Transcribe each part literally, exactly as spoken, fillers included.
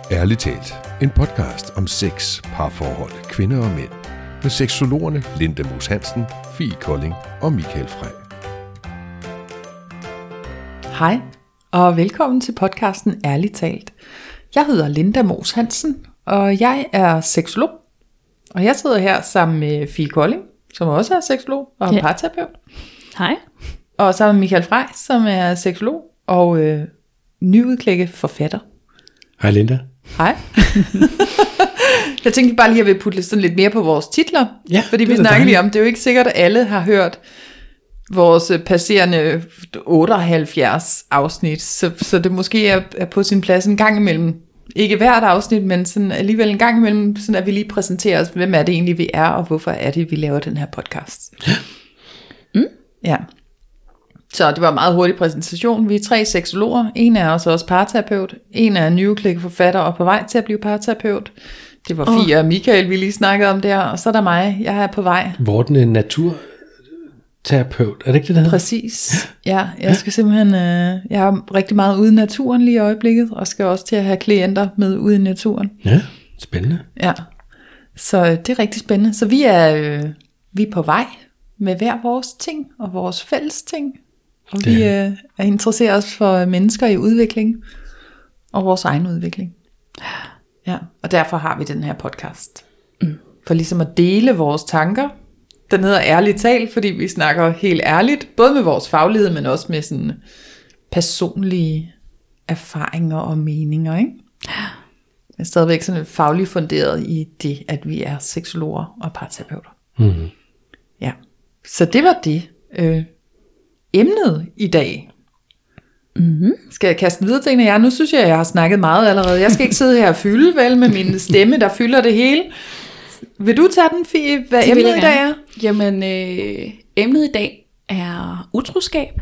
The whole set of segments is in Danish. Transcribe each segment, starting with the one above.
Ærligt talt, en podcast om sex, parforhold, kvinder og mænd. Med seksologerne Linda Moos Hansen, Fie Kolding og Michael Frey. Hej, og velkommen til podcasten Ærligt talt. Jeg hedder Linda Moos Hansen, og jeg er seksolog. Og jeg sidder her sammen med Fie Kolding, som også er seksolog og ja. parterapeut. Hej. Og sammen med Michael Frey, som er seksolog og øh, nyudklækket forfatter. Hej Linda. Hej. Jeg tænkte bare lige, at jeg vil putte sådan lidt mere på vores titler. Ja, fordi vi snakker lige om, det er jo ikke sikkert, at alle har hørt vores passerende otteoghalvfjerds afsnit. Så, så det måske er, er på sin plads en gang imellem. Ikke hvert afsnit, men sådan alligevel en gang imellem, sådan at vi lige præsenterer os, hvem er det egentlig, vi er, og hvorfor er det, vi laver den her podcast. Ja. Mm? Ja. Så det var en meget hurtig præsentation. Vi er tre seksologer. En er også også parterapeut. En er nyudklækket forfatter og på vej til at blive parterapeut. Det var Fie oh. og Michael, vi lige snakkede om der. Og så er der mig. Jeg er på vej. Vortende naturterapeut. Er det ikke det, der hedder? Præcis. Ja, jeg skal simpelthen... Øh, jeg er rigtig meget ude i naturen lige i øjeblikket. Og skal også til at have klienter med ude i naturen. Ja, spændende. Ja, så øh, det er rigtig spændende. Så vi er, øh, vi er på vej med hver vores ting og vores fælles ting. Og vi øh, er interesseret os for mennesker i udvikling og vores egen udvikling. Ja, og derfor har vi den her podcast. Mm. For ligesom at dele vores tanker. Den hedder Ærligt talt, fordi vi snakker helt ærligt, både med vores faglighed, men også med sådan personlige erfaringer og meninger, ikke? Jeg er stadigvæk sådan fagligt funderet i det, at vi er seksologer og parterapeuter. Mm. Ja, så det var det. Øh, emnet i dag. Mm-hmm. Skal jeg kaste videre til en af jer? Nu synes jeg, jeg har snakket meget allerede. Jeg skal ikke sidde her og fylde vel med min stemme, der fylder det hele. Vil du tage den, Fie? Hvad det emnet i dag er? Jamen, øh, emnet i dag er utroskab.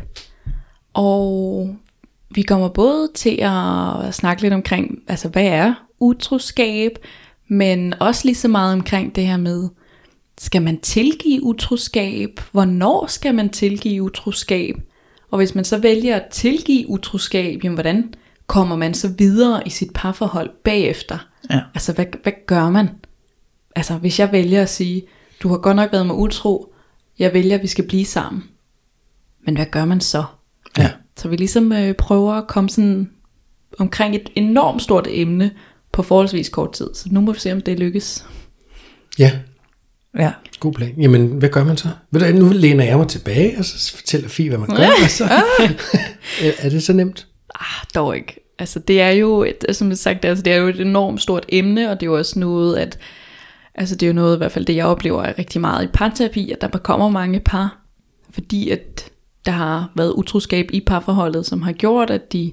Og vi kommer både til at snakke lidt omkring, altså hvad er utroskab, men også lige så meget omkring det her med, skal man tilgive utroskab? Hvornår skal man tilgive utroskab? Og hvis man så vælger at tilgive utroskab, jamen hvordan kommer man så videre i sit parforhold bagefter? Ja. Altså hvad, hvad gør man? Altså hvis jeg vælger at sige, du har godt nok været med utro, jeg vælger at vi skal blive sammen. Men hvad gør man så? Ja. Så vi ligesom øh, prøver at komme sådan omkring et enormt stort emne på forholdsvis kort tid. Så nu må vi se om det lykkes. Ja. Ja. God plan. Jamen, hvad gør man så? Ved du, nu læner jeg mig tilbage, og så fortæller Fie, hvad man gør. Og så. Er det så nemt? Ah, dog ikke. Altså, det er jo, et, som jeg sagt, altså, det er jo et enormt stort emne, og det er jo også noget, at, altså det er jo noget, i hvert fald det, jeg oplever rigtig meget i parterapi, at der kommer mange par, fordi at der har været utroskab i parforholdet, som har gjort, at de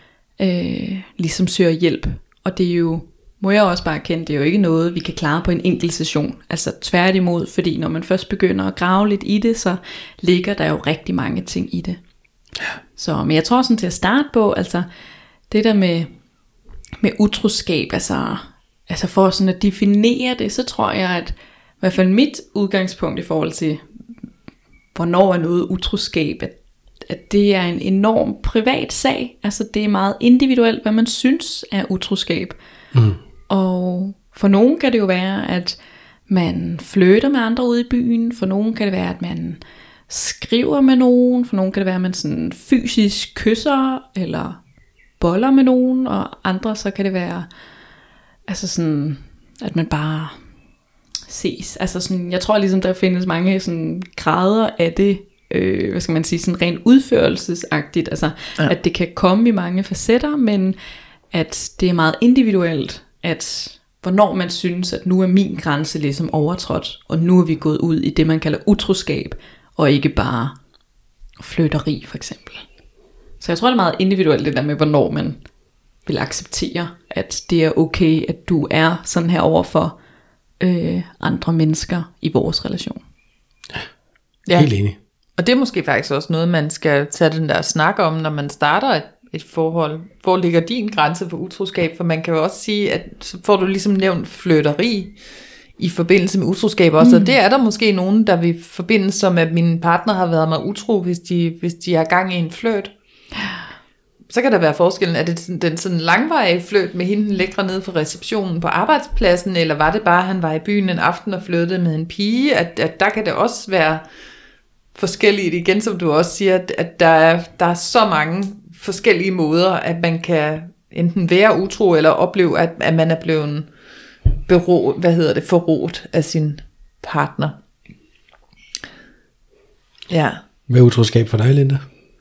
øh, ligesom søger hjælp. Og det er jo, må jeg også bare erkende, det er jo ikke noget, vi kan klare på en enkelt session. Altså tværtimod, fordi når man først begynder at grave lidt i det, så ligger der jo rigtig mange ting i det. Så, men jeg tror sådan til at starte på, altså det der med, med utroskab, altså, altså for sådan at definere det, så tror jeg, at i hvert fald mit udgangspunkt i forhold til, hvornår er noget utroskab, at, at det er en enorm privat sag. Altså det er meget individuelt, hvad man synes er utroskab. Mm. Og for nogen kan det jo være, at man flirter med andre ude i byen. For nogen kan det være, at man skriver med nogen. For nogen kan det være, at man sådan fysisk kysser eller boller med nogen. Og andre så kan det være, altså sådan, at man bare ses. Altså sådan, jeg tror ligesom, der findes mange sådan grader af det, øh, hvad skal man sige, sådan rent udførelsesagtigt. Altså, ja. At det kan komme i mange facetter, men at det er meget individuelt, at hvornår man synes, at nu er min grænse ligesom overtrådt, og nu er vi gået ud i det, man kalder utroskab, og ikke bare flirteri for eksempel. Så jeg tror, det er meget individuelt det der med, hvornår man vil acceptere, at det er okay, at du er sådan her overfor øh, andre mennesker i vores relation. Ja. Helt enig. Og det er måske faktisk også noget, man skal tage den der snak om, når man starter et, et forhold. Hvor ligger din grænse for utroskab? For man kan jo også sige, at så får du ligesom nævnt flirteri i forbindelse med utroskab også. Mm. Og det er der måske nogen, der vil forbindes som, at min partner har været mig utro, hvis de, hvis de er gang i en flirt. så kan der være forskellen. Er det sådan, den sådan langvarige flirt med hende, den lækre nede for receptionen på arbejdspladsen, eller var det bare, at han var i byen en aften og flirtede med en pige? At, at der kan det også være forskelligt igen, som du også siger, at, at der, er, der er så mange forskellige måder, at man kan enten være utro, eller opleve, at, at man er blevet berå, hvad hedder det, forrådt af sin partner. Ja. Hvad er utroskab for dig, Linda?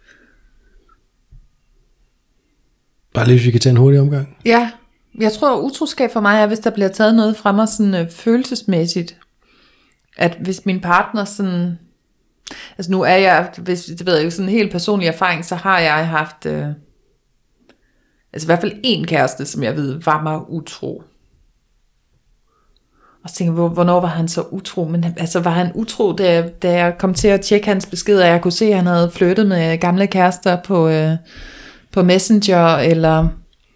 Bare lige, hvis vi kan tage en hurtig omgang. Ja, jeg tror, utroskab for mig er, hvis der bliver taget noget fra mig sådan øh, følelsesmæssigt. At hvis min partner sådan... Altså nu er jeg, hvis det ved jeg, sådan en helt personlig erfaring, så har jeg haft... Øh, altså i hvert fald en kæreste, som jeg ved, var mig utro. Og så tænkte jeg, hvornår var han så utro? Men altså var han utro, da jeg, da jeg kom til at tjekke hans beskeder, og jeg kunne se, at han havde flyttet med gamle kærester på... Øh, på Messenger, eller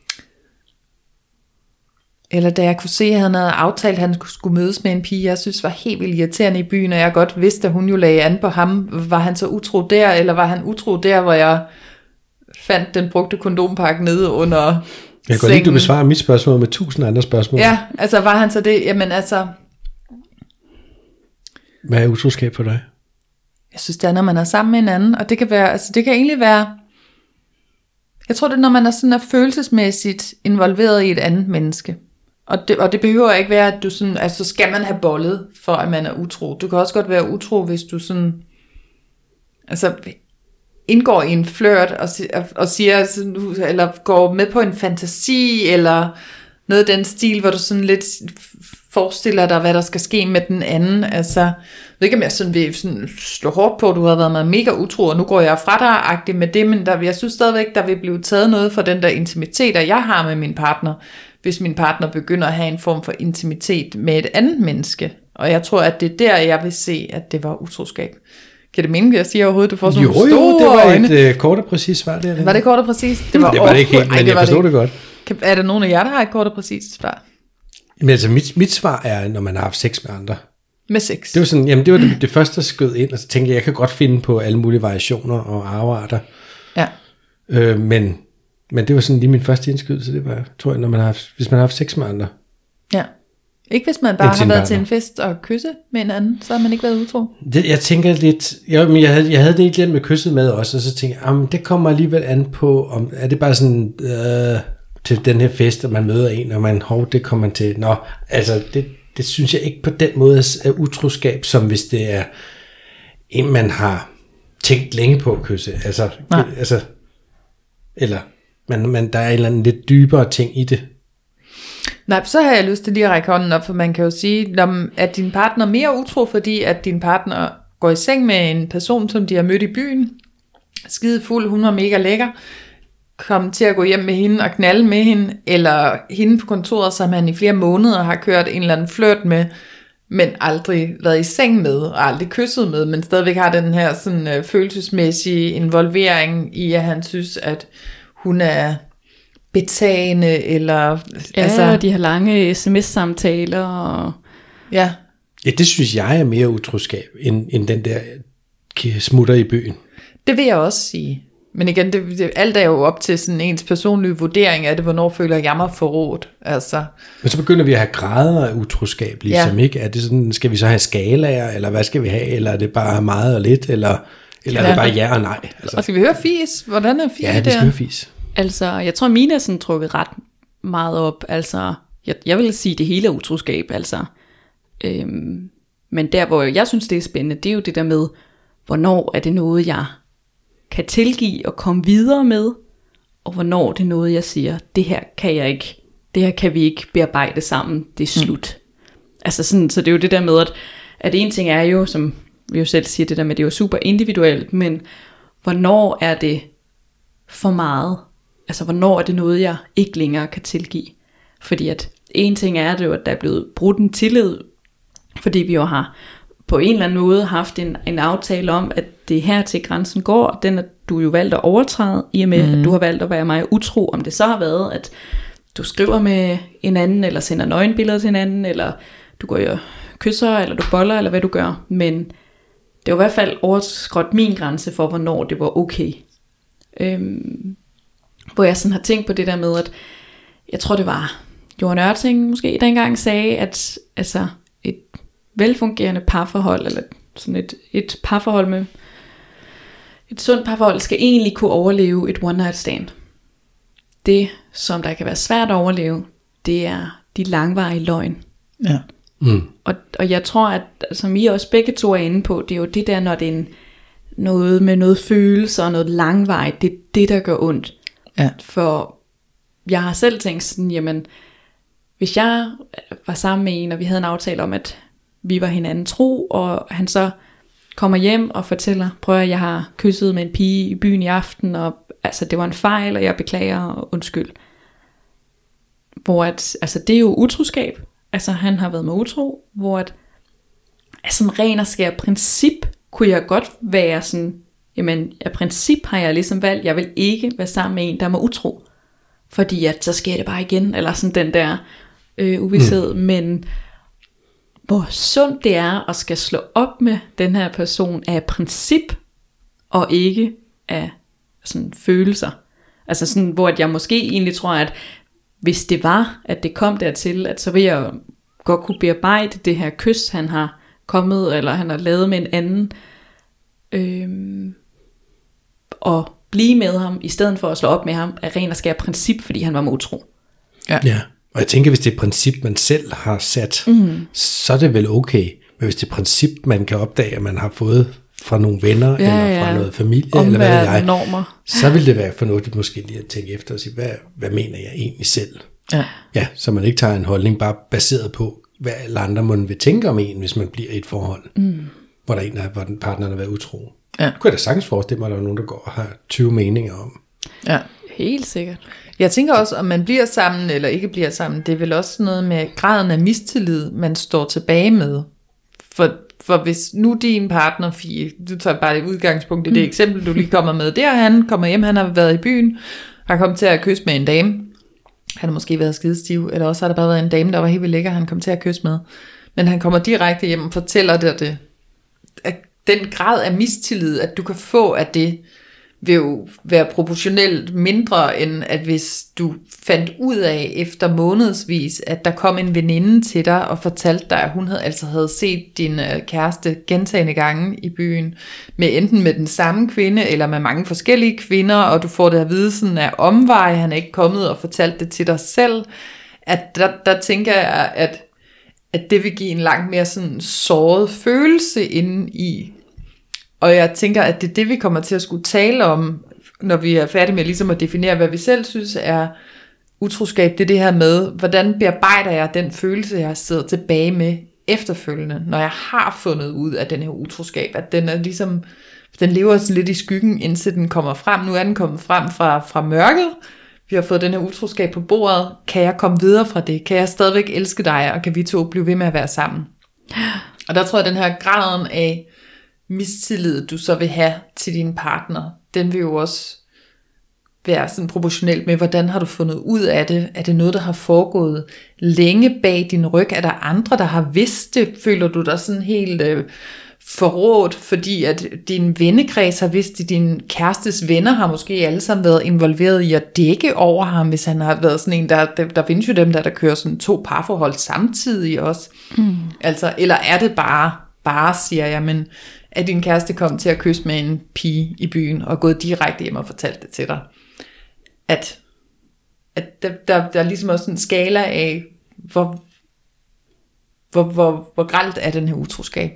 eller da jeg kunne se, at han havde aftalt, at han skulle mødes med en pige, jeg synes var helt vildt irriterende i byen, og jeg godt vidste, at hun jo lagde an på ham. Var han så utro der, eller var han utro der, hvor jeg fandt den brugte kondompakke nede under Jeg kan godt lide, du besvarer mit spørgsmål med tusind andre spørgsmål. Ja, altså var han så det? Jamen altså... Hvad er utroskab for dig? Jeg synes, det er, når man er sammen med en anden, og det kan være, altså det kan egentlig være... Jeg tror, det er, når man er sådan er følelsesmæssigt involveret i et andet menneske. Og det, og det behøver ikke være, at du sådan, altså skal man have bollet, for at man er utro. Du kan også godt være utro, hvis du sådan, altså indgår i en flirt, og, og siger, eller går med på en fantasi, eller noget af den stil, hvor du sådan lidt forestiller dig, hvad der skal ske med den anden. Altså, jeg ved ikke, om jeg sådan vil sådan slå hårdt på, at du har været mig mega utro, og nu går jeg fra dig-agtigt med det, men der, jeg synes stadigvæk, der vil blive taget noget fra den der intimitet, jeg har med min partner, hvis min partner begynder at have en form for intimitet med et andet menneske. Og jeg tror, at det er der, jeg vil se, at det var utroskab. Kan det mene, jeg siger overhovedet, du får sådan jo, nogle store Jo, det var øjne. et øh, kort og præcist svar der. Var det kort og præcist? Det var, det var det ikke helt, men jeg forstod det godt. Kan, er der nogen af jer, der har et kort og præcist svar? Men altså, mit, mit svar er, når man har haft sex med andre. Med sex? Det var sådan, jamen det var det, det første, der skød ind, og så tænkte jeg, jeg kan godt finde på alle mulige variationer og afarter. Ja. Øh, men, men det var sådan lige min første indskydelse, det var, tror jeg, når man har haft, hvis man har haft sex med andre. Ja. Ikke hvis man bare har været partner. til en fest og kysse med en anden, så har man ikke været utro. Det, jeg tænker lidt, jeg, men jeg, havde, jeg havde det ikke lidt med kysset med også, og så tænkte jeg, det kommer alligevel an på, om, er det bare sådan, øh, til den her fest, at man møder en, og man, hov, det kommer man til. Nå, altså, det, det synes jeg ikke på den måde er utroskab, som hvis det er en, man har tænkt længe på at kysse. Altså, altså eller man, man, der er en eller anden lidt dybere ting i det. Nej, så har jeg lyst til lige at række hånden op, for man kan jo sige, at din partner er mere utro, fordi at din partner går i seng med en person, som de har mødt i byen, skide fuld, hun var mega lækker, kom til at gå hjem med hende og knalde med hende, eller hende på kontoret, som han i flere måneder har kørt en eller anden flirt med, men aldrig været i seng med, og aldrig kysset med, men stadigvæk har den her sådan, øh, følelsesmæssige involvering i, at han synes, at hun er betagende, eller... Ja, altså, de har lange sms-samtaler. Og... Ja. Ja, det synes jeg er mere utroskab, end, end den der smutter i byen. Det vil jeg også sige. Men igen, det, det, alt er jo op til sådan ens personlige vurdering af det, hvornår føler jeg mig forrådt. Altså. Men så begynder vi at have grader af utroskab, ligesom, ja. Ikke? Er det sådan, skal vi så have skalaer, eller hvad skal vi have, eller er det bare meget og lidt, eller, eller ja. Er det bare ja og nej? Altså. Og skal vi høre fis? Hvordan er fis der? Ja, vi skal høre fis. Altså, jeg tror, mine er sådan trukket ret meget op. Altså, jeg, jeg vil sige, det hele er utroskab, altså. Øhm, men der, hvor jeg synes, det er spændende, det er jo det der med, hvornår er det noget, jeg kan tilgive og komme videre med, og hvornår det er noget, jeg siger, det her kan jeg ikke, det her kan vi ikke bearbejde sammen, det er slut. Mm. Altså sådan, så det er jo det der med, at, at en ting er jo, som vi jo selv siger, det der med, det er jo super individuelt, men hvornår er det for meget? Altså hvornår er det noget, jeg ikke længere kan tilgive? Fordi at en ting er det jo, at der er blevet brudt en tillid, fordi vi jo har på en eller anden måde haft en, en aftale om, at det her til grænsen går, og den er du jo valgt at overtræde, i og med, mm. at du har valgt at være mig utro, om det så har været, at du skriver med en anden, eller sender nøgenbilleder til en anden, eller du går og kysser, eller du boller, eller hvad du gør, men det var i hvert fald overskrådt min grænse for, hvornår det var okay. Øhm, hvor jeg sådan har tænkt på det der med, at jeg tror det var Jørgen Ørting måske dengang sagde, at altså et velfungerende parforhold, eller sådan et, et parforhold med, et sundt parforhold skal egentlig kunne overleve et one night stand. Det, som der kan være svært at overleve, det er de langvarige løgn. Ja. Mm. Og, og jeg tror, at som I også begge to er inde på, det er jo det der, når det er en, noget med noget følelse og noget langvarigt, det er det, der gør ondt. Ja. For jeg har selv tænkt sådan, jamen, hvis jeg var sammen med en, og vi havde en aftale om, at vi var hinanden tro, og han så kommer hjem og fortæller, prøv at jeg har kysset med en pige i byen i aften, og altså det var en fejl, og jeg beklager og undskyld. Hvor at, altså det er jo utroskab, altså han har været med utro, hvor at, altså en ren og skær princip, kunne jeg godt være sådan, jamen af princip har jeg ligesom valgt, jeg vil ikke være sammen med en, der er med utro, fordi at så sker det bare igen, eller sådan den der øh, uvidshed, mm. men hvor sundt det er at skal slå op med den her person af princip, og ikke af sådan følelser. Altså sådan, hvor jeg måske egentlig tror, at hvis det var, at det kom dertil, at så vil jeg godt kunne bearbejde det her kys, han har kommet, eller han har lavet med en anden, øhm, og blive med ham, i stedet for at slå op med ham af ren og skær princip, fordi han var med utro. Ja. Ja, og jeg tænker, hvis det er et princip, man selv har sat, mm. så er det vel okay. Men hvis det er et princip, man kan opdage, at man har fået fra nogle venner, ja, eller fra ja. noget familie, Omværende eller hvad ved jeg, normer. så vil det være fornuftigt måske lige at tænke efter og sige, hvad, hvad mener jeg egentlig selv? Ja. Ja, så man ikke tager en holdning bare baseret på, hvad alle andre må vil tænke om en, hvis man bliver i et forhold, mm. hvor der er en, der, hvor den partner har været utro. Ja. Kunne jeg da sagtens forestille mig, at der er nogen, der går og har tyve meninger om. Ja. Helt sikkert. Jeg tænker også, om man bliver sammen eller ikke bliver sammen, det er vel også noget med graden af mistillid, man står tilbage med. For, for hvis nu din partner, Fie, du tager bare et udgangspunkt i det mm. eksempel, du lige kommer med, der han kommer hjem, han har været i byen, har kommet til at kysse med en dame, han har måske været skidestiv, eller også har der bare været en dame, der var helt vildt lækker, han kom til at kysse med, men han kommer direkte hjem og fortæller dig det, at den grad af mistillid, at du kan få af det, vil jo være proportionelt mindre, end at hvis du fandt ud af efter månedsvis, at der kom en veninde til dig og fortalte dig, at hun havde, altså havde set din kæreste gentagne gange i byen, med enten med den samme kvinde, eller med mange forskellige kvinder, og du får det at vide sådan af omvej, han er ikke kommet og fortalt det til dig selv, at der, der tænker jeg, at, at det vil give en langt mere sådan såret følelse inde i. Og jeg tænker, at det er det, vi kommer til at skulle tale om, når vi er færdige med ligesom at definere, hvad vi selv synes er utroskab. Det er det her med, hvordan bearbejder jeg den følelse, jeg sidder tilbage med efterfølgende, når jeg har fundet ud af den her utroskab. At den er ligesom, den lever sådan lidt i skyggen, indtil den kommer frem. Nu er den kommet frem fra, fra mørket. Vi har fået den her utroskab på bordet. Kan jeg komme videre fra det? Kan jeg stadigvæk elske dig? Og kan vi to blive ved med at være sammen? Og der tror jeg, at den her graden af mistillid, du så vil have til din partner, den vil jo også være sådan proportionelt med, hvordan har du fundet ud af det? Er det noget, der har foregået længe bag din ryg? Er der andre, der har vidst det? Føler du dig sådan helt øh, forrådt, fordi at din vennekreds har vidst det? Din kærestes venner har måske alle sammen været involveret i at dække over ham, hvis han har været sådan en, der, der, der findes jo dem, der, der kører sådan to parforhold samtidig også. Mm. Altså, eller er det bare, bare siger jeg, men at din kæreste kom til at kysse med en pige i byen, og gået direkte hjem og fortalt det til dig. At, at der, der, der er ligesom også en skala af, hvor, hvor, hvor, hvor grelt er den her utroskab.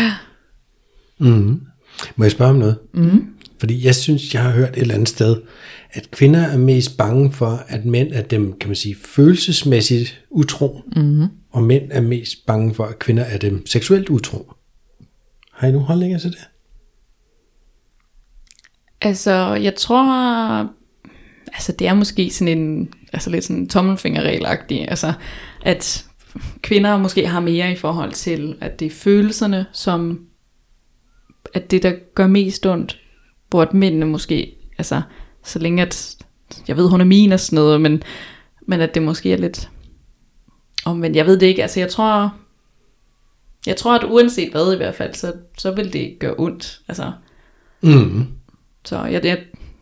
Mm. Må jeg spørge om noget? Mm. Fordi jeg synes, jeg har hørt et eller andet sted, at kvinder er mest bange for, at mænd er dem, kan man sige, følelsesmæssigt utro, Mm. og mænd er mest bange for, at kvinder er dem seksuelt utro. Har I nogle holdninger til det? Altså, jeg tror, altså det er måske sådan en, altså lidt sådan tommelfingerregelagtig, altså at kvinder måske har mere i forhold til, at det er følelserne, som at det der gør mest ondt, hvor at mændene måske, altså så længe at, jeg ved hun er min og sådan noget, men, men at det måske er lidt, oh, men jeg ved det ikke, altså jeg tror, jeg tror at uanset hvad i hvert fald, så, så vil det gøre ondt, altså. Mm. Så jeg, jeg,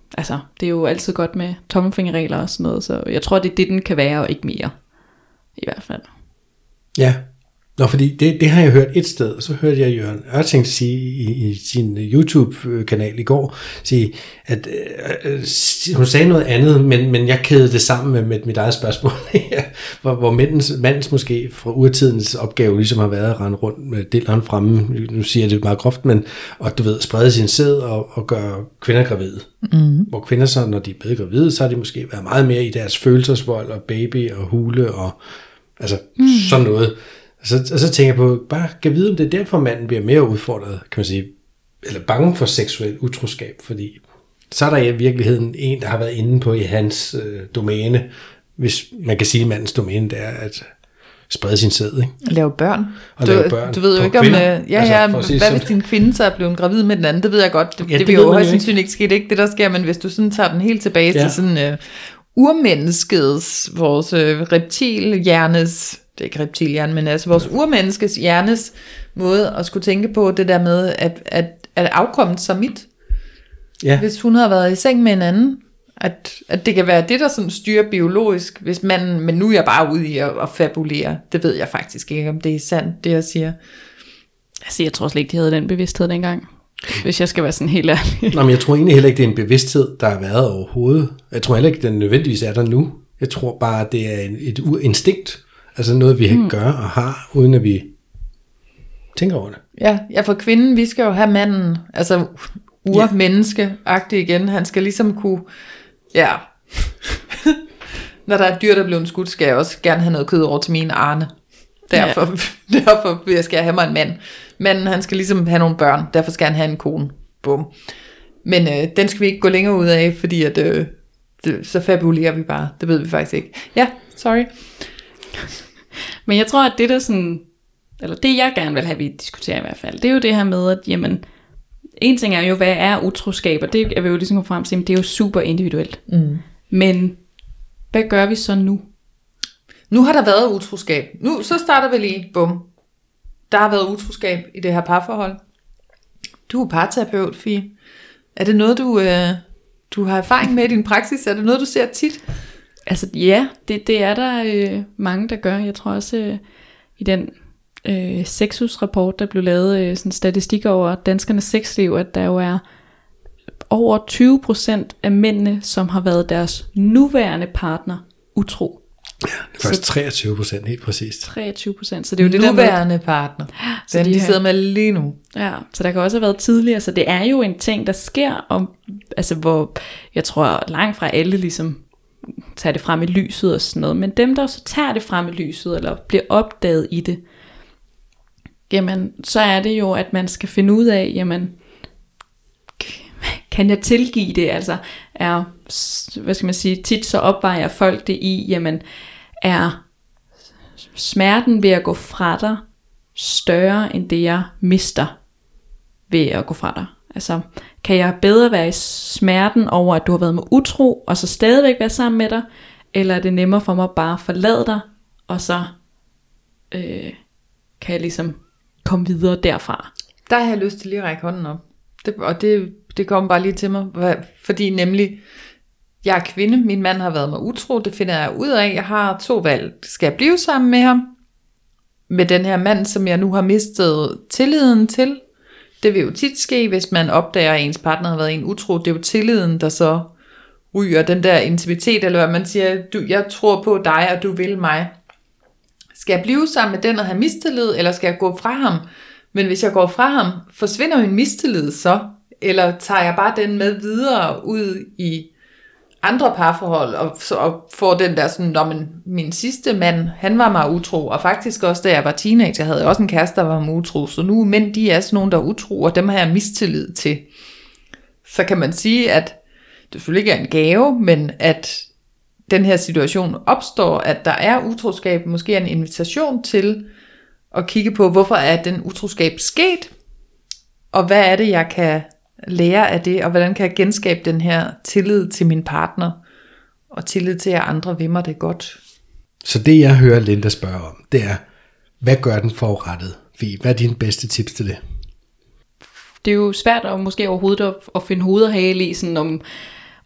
altså, det er jo altid godt med tommelfingerregler og sådan noget, så jeg tror, det er det, den kan være, og ikke mere. I hvert fald. Ja. Nå, fordi det, det har jeg hørt et sted, og så hørte jeg Jørgen Ørting sige i, i sin YouTube-kanal i går, sige, at øh, hun sagde noget andet, men, men jeg kædede det sammen med, med mit eget spørgsmål, hvor, hvor mændens, mandens måske fra urtidens opgave ligesom har været at rende rundt med dilleren fremme, nu siger jeg det meget groft, men og du ved, sprede sin sæd og, og gøre kvinder gravide. Mm. Hvor kvinder så, når de er blevet gravide, så har de måske været meget mere i deres følelsesvold og baby og hule og altså mm. sådan noget. Så, og så tænker jeg på, bare kan vide, om det er derfor, manden bliver mere udfordret, kan man sige, eller bange for seksuel utroskab, fordi så er der i virkeligheden en, der har været inde på i hans øh, domæne, hvis man kan sige, at mandens domæne, det er at sprede sin sæd, ikke? Lave børn. Og du, lave børn du ved jo ikke kvinder. om, ja, ja, altså, hvad hvis din kvinde så er blevet gravid med den anden, det ved jeg godt, det, ja, det, det vil jo højst sandsynligt ikke ske, det er ikke det, der sker, men hvis du sådan tager den helt tilbage ja. til sådan uh, urmenneskets, vores uh, reptilhjernes, det er ikke reptilhjerne, men altså vores urmenneskes hjernes måde at skulle tænke på det der med, at, at, at afkommet så mit, ja. hvis hun har været i seng med en anden, at, at det kan være det, der sådan styrer biologisk, hvis man, men nu er jeg bare ude i at, at fabulere, det ved jeg faktisk ikke, om det er sandt, det jeg siger. Altså, jeg tror slet ikke, de havde den bevidsthed dengang, hvis jeg skal være sådan helt ærlig. Nå, men jeg tror egentlig heller ikke, det er en bevidsthed, der har været overhovedet. Jeg tror heller ikke, den nødvendigvis er der nu. Jeg tror bare, det er et instinkt. Altså noget, vi hmm. gør og har, uden at vi tænker over det. Ja, ja, for kvinden, vi skal jo have manden, altså urmenneske-agtig igen. Han skal ligesom kunne, ja, når der er et dyr, der er blevet skudt, skal jeg også gerne have noget kød over til mine Arne. Derfor, ja. derfor jeg skal jeg have mig en mand. Manden, han skal ligesom have nogle børn, derfor skal han have en kone. Bum. Men øh, den skal vi ikke gå længere ud af, fordi at, øh, det, så fabulerer vi bare. Det ved vi faktisk ikke. Ja, sorry. Men jeg tror, at det der sådan, eller det jeg gerne vil have, vi diskuterer i hvert fald, det er jo det her med, at jamen, en ting er jo, hvad er utroskab, og det er vi jo ligesom kommet frem til, det er jo super individuelt. Mm. Men hvad gør vi så nu? Nu har der været utroskab. Nu, så starter vi lige, bum. Der har været utroskab i det her parforhold. Du er parterapeut, Fie. Er det noget, du, øh, du har erfaring med i din praksis? Er det noget, du ser tit? Altså ja, det, det er der øh, mange, der gør. Jeg tror også øh, i den øh, Sexus-rapport, der blev lavet øh, sådan statistik over danskernes sexliv, at der jo er over tyve procent af mændene, som har været deres nuværende partner utro. Ja, det er faktisk så, treogtyve procent, helt præcist. treogtyve procent, så det er jo det der nuværende med, partner. Den de, de sidder med lige nu. Ja, så der kan også have været tidligere, så det er jo en ting, der sker, om, altså hvor jeg tror langt fra alle ligesom tager det frem i lyset og sådan noget, men dem der så tager det frem i lyset, eller bliver opdaget i det, jamen så er det jo, at man skal finde ud af, jamen kan jeg tilgive det, altså er, hvad skal man sige, tit så opvejer folk det i, jamen er smerten ved at gå fra dig større end det jeg mister ved at gå fra dig. Altså kan jeg bedre være i smerten over at du har været med utro og så stadigvæk være sammen med dig, eller er det nemmere for mig bare at forlade dig og så øh, kan jeg ligesom komme videre derfra. Der har jeg lyst til lige at række hånden op, det, og det, det kom bare lige til mig, fordi nemlig jeg er kvinde, min mand har været med utro, det finder jeg ud af, jeg har to valg. Skal jeg blive sammen med ham, med den her mand, som jeg nu har mistet tilliden til? Det vil jo tit ske, hvis man opdager, at ens partner har været en utro. Det er jo tilliden, der så ryger, den der intimitet, eller hvad man siger, du, jeg tror på dig, og du vil mig. Skal jeg blive sammen med den og have mistillid, eller skal jeg gå fra ham? Men hvis jeg går fra ham, forsvinder min mistillid så? Eller tager jeg bare den med videre ud i andre parforhold, og, og får den der sådan, når man, min sidste mand, han var mig utro, og faktisk også da jeg var teenager, havde jeg også en kæreste, der var mig utro, så nu mænd, de er sådan nogen, der er utro, og dem har jeg mistillid til. Så kan man sige, at det selvfølgelig ikke er en gave, men at den her situation opstår, at der er utroskab, måske er en invitation til at kigge på, hvorfor er den utroskab sket, og hvad er det, jeg kan lære af det, og hvordan kan jeg genskabe den her tillid til min partner, og tillid til, at andre vil mig det godt. Så det, jeg hører Linda spørge om, det er, hvad gør den forurettet? Hvad er dine bedste tips til det? Det er jo svært at måske overhovedet at, at finde hoved og hale i, sådan om,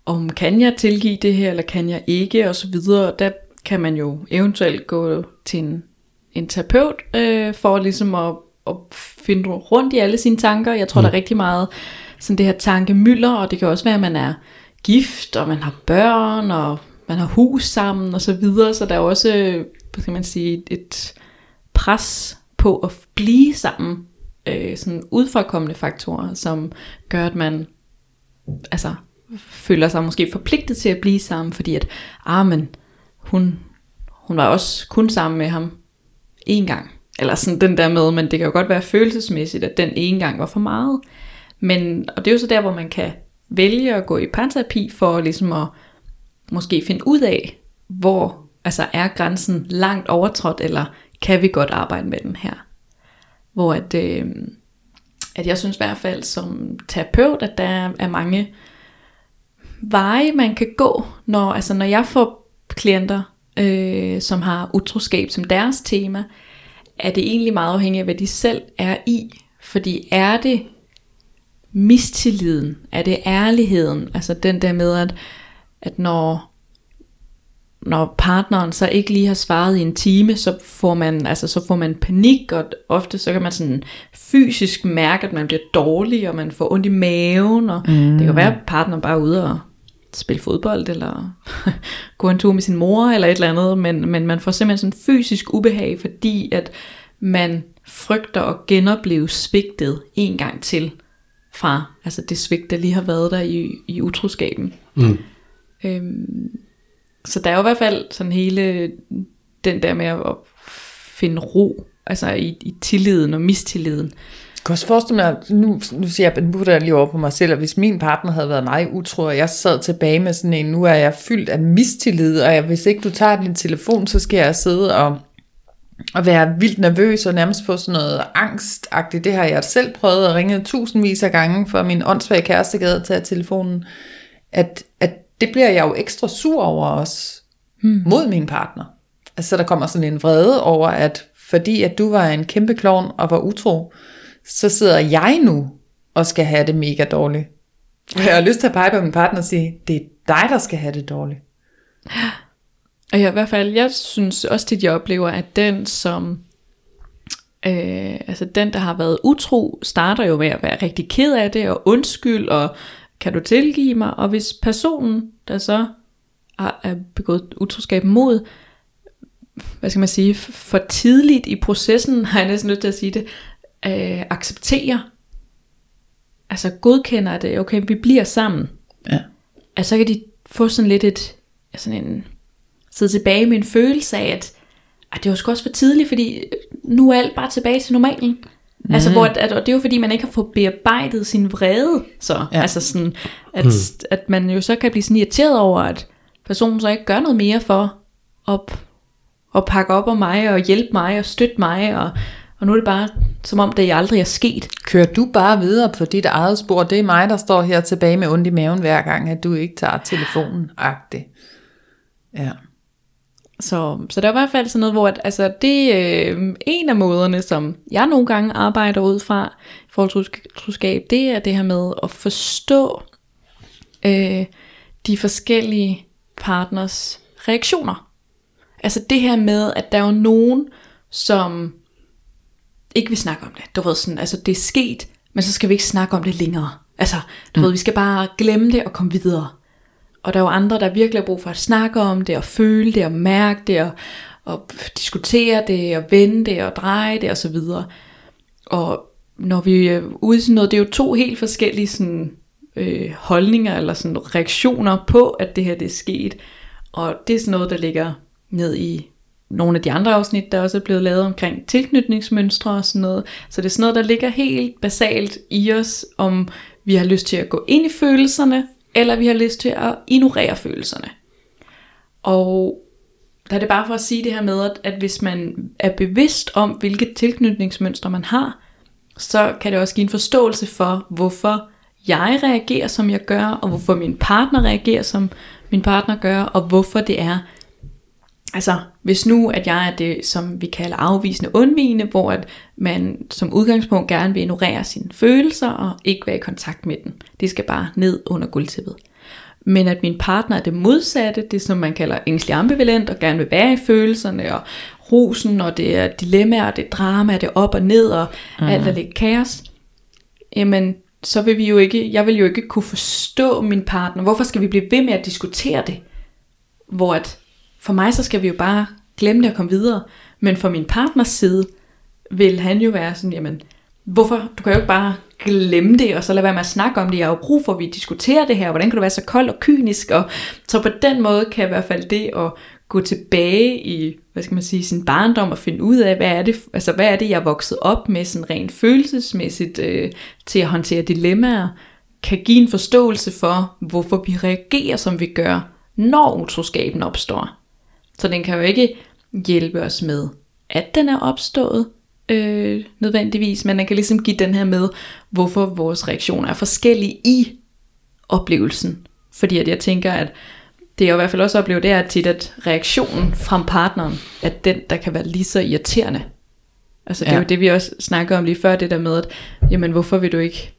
om kan jeg tilgive det her, eller kan jeg ikke, og så videre. Der kan man jo eventuelt gå til en, en terapeut, øh, for ligesom at, at finde rundt i alle sine tanker. Jeg tror, mm. der er rigtig meget sådan det her tankemylder, og det kan også være, at man er gift, og man har børn, og man har hus sammen, og så videre. Så der er også, hvad skal man sige, et pres på at blive sammen, øh, sådan udfrakommende faktorer, som gør, at man altså føler sig måske forpligtet til at blive sammen, fordi at, ah, men hun, hun var også kun sammen med ham en gang, eller sådan den der med, men det kan jo godt være følelsesmæssigt, at den ene gang var for meget, men, og det er jo så der, hvor man kan vælge at gå i parterapi, for ligesom at måske finde ud af, hvor altså er grænsen langt overtrådt, eller kan vi godt arbejde med den her, hvor at, øh, at jeg synes i hvert fald som terapeut, at der er mange veje, man kan gå, når, altså når jeg får klienter, øh, som har utroskab som deres tema, er det egentlig meget afhængigt af, hvad de selv er i. Fordi er det mistilliden, er det ærligheden, altså den der med, at, at når, når partneren så ikke lige har svaret i en time, så får man, altså så får man panik, og ofte så kan man sådan fysisk mærke, at man bliver dårlig, og man får ondt i maven, og mm. det kan være, at partneren bare er ude og spille fodbold, eller gå en tur med sin mor, eller et eller andet, men, men man får simpelthen sådan fysisk ubehag, fordi at man frygter at genopleve svigtet en gang til, fra altså det svigt, der lige har været der i, i utroskaben. Mm. Øhm, så der er jo i hvert fald sådan hele den der med at finde ro, altså i, i tilliden og mistilliden. Jeg kan også forestille mig, nu, nu siger jeg, nu putter jeg lige over på mig selv, at hvis min partner havde været meget utro, og jeg sad tilbage med sådan en, nu er jeg fyldt af mistillid, og jeg, hvis ikke du tager din telefon, så skal jeg sidde og, og være vildt nervøs, og nærmest få sådan noget angstagtigt. Det har jeg selv prøvet at ringe tusindvis af gange, for min åndssvage kæreste gad at tage telefonen, at, at det bliver jeg jo ekstra sur over os, hmm. mod min partner. Altså der kommer sådan en vrede over, at fordi at du var en kæmpe klovn og var utro, så sidder jeg nu og skal have det mega dårligt. Jeg har lyst til at pege på min partner og sige, det er dig, der skal have det dårligt. Og jeg, i hvert fald, jeg synes også tit, jeg oplever, at den som, øh, altså den, der har været utro, starter jo med at være rigtig ked af det, og undskyld, og kan du tilgive mig? Og hvis personen, der så er begået utroskab mod, hvad skal man sige, for tidligt i processen, har jeg næsten lyst til at sige det, Øh, accepterer, altså godkender det, okay, vi bliver sammen, ja. Altså så kan de få sådan lidt et, sådan en, sidde tilbage med en følelse af, at, at det var sgu også for tidligt, fordi nu er alt bare tilbage til normalen, mm. altså hvor, at, og det er jo fordi, man ikke har fået bearbejdet sin vrede, så, ja. Altså sådan, at, mm. at man jo så kan blive sådan irriteret over, at personen så ikke gør noget mere for, at, at pakke op om mig, og hjælpe mig, og støtte mig, og Og nu er det bare, som om det aldrig er sket. Kører du bare videre på dit eget spor? Det er mig, der står her tilbage med ondt i maven hver gang, at du ikke tager telefonen. Agtigt. Ja. Så, så der er i hvert fald sådan noget, hvor at, altså, det er øh, en af måderne, som jeg nogle gange arbejder ud fra i forhold til utroskab, det er det her med at forstå øh, de forskellige partners reaktioner. Altså det her med, at der er jo nogen, som ikke vil snakke om det. Du ved sådan, altså det er sket, men så skal vi ikke snakke om det længere. Altså, du mm. ved, vi skal bare glemme det og komme videre. Og der er jo andre, der virkelig har brug for at snakke om det, og føle det, og mærke det, og, og diskutere det, og vende det, og dreje det, og så videre. Og når vi er ude i sådan noget, det er jo to helt forskellige sådan, øh, holdninger, eller sådan reaktioner på, at det her det er sket. Og det er sådan noget, der ligger ned i nogle af de andre afsnit, der også er blevet lavet omkring tilknytningsmønstre og sådan noget. Så det er sådan noget, der ligger helt basalt i os, om vi har lyst til at gå ind i følelserne, eller vi har lyst til at ignorere følelserne. Og der er det bare for at sige det her med, at, at hvis man er bevidst om, hvilke tilknytningsmønstre man har, så kan det også give en forståelse for, hvorfor jeg reagerer, som jeg gør, og hvorfor min partner reagerer, som min partner gør, og hvorfor det er. Altså, hvis nu, at jeg er det, som vi kalder afvisende undvigende, hvor at man som udgangspunkt gerne vil ignorere sine følelser, og ikke være i kontakt med dem. Det skal bare ned under gulvtæppet. men at min partner er det modsatte, det som man kalder ængstelig ambivalent, og gerne vil være i følelserne, og rusen, og det er dilemmaer, det er drama, det er op og ned, og mm. alt er lidt kaos, jamen, så vil vi jo ikke, jeg vil jo ikke kunne forstå min partner. Hvorfor skal vi blive ved med at diskutere det? Hvor at, for mig, så skal vi jo bare glemme det og komme videre, men for min partners side, vil han jo være sådan, jamen, hvorfor, du kan jo ikke bare glemme det, og så lade være med at snakke om det, jeg har jo brug for, at vi diskuterer det her, hvordan kan du være så kold og kynisk, og så på den måde kan i hvert fald det at gå tilbage i, hvad skal man sige, sin barndom, og finde ud af, hvad er det, altså hvad er det, jeg er vokset op med, sådan rent følelsesmæssigt, øh, til at håndtere dilemmaer, kan give en forståelse for, hvorfor vi reagerer, som vi gør, når utroskaben opstår. Så den kan jo ikke hjælpe os med, at den er opstået, Øh, nødvendigvis, men den kan ligesom give den her med, hvorfor vores reaktioner er forskellige i oplevelsen. Fordi at jeg tænker, at det jeg i hvert fald også oplever, det er tit, at reaktionen fra partneren er den, der kan være lige så irriterende. Altså det ja. er jo det, vi også snakker om lige før, det der med, at jamen, hvorfor vil du ikke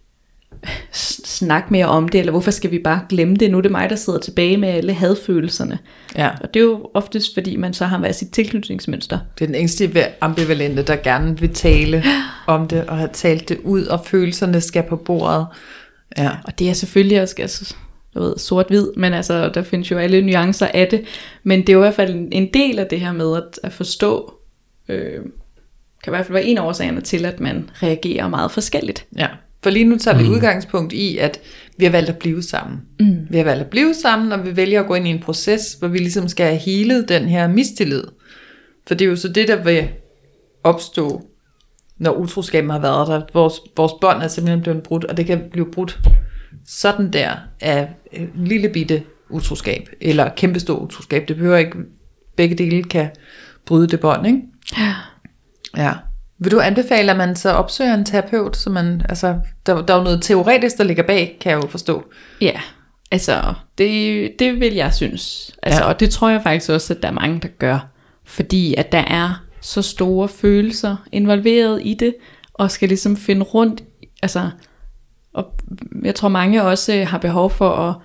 snakke mere om det, eller hvorfor skal vi bare glemme det? Nu er det mig, der sidder tilbage med alle hadfølelserne. Ja. Og det er jo oftest, fordi man så har været sit tilknytningsmønster. Det er den ængstlige ambivalente, der gerne vil tale om det, og har talt det ud, og følelserne skal på bordet. Ja. Og det er selvfølgelig også altså, jeg ved, sort-hvid, men altså, der findes jo alle nuancer af det. Men det er jo i hvert fald en del af det her med at, at forstå, øh, kan i hvert fald være en af årsagerne til, at man reagerer meget forskelligt. Ja. For lige nu tager vi mm. udgangspunkt i, at vi har valgt at blive sammen. Mm. Vi har valgt at blive sammen, og vi vælger at gå ind i en proces, hvor vi ligesom skal have healet den her mistillid. For det er jo så det, der vil opstå, når utroskaben har været der. Vores, vores bånd er simpelthen blevet brudt, og det kan blive brudt sådan der af lille bitte utroskab, eller kæmpestor utroskab. Det behøver ikke, begge dele kan bryde det bånd, ikke? Ja. Ja. Vil du anbefale, at man så opsøger en terapeut, så man, altså, der, der er jo noget teoretisk, der ligger bag, kan jeg jo forstå. Ja, altså, det, det vil jeg synes. Altså, ja. Og det tror jeg faktisk også, at der er mange, der gør. Fordi at der er så store følelser involveret i det, og skal ligesom finde rundt, altså, og jeg tror mange også har behov for at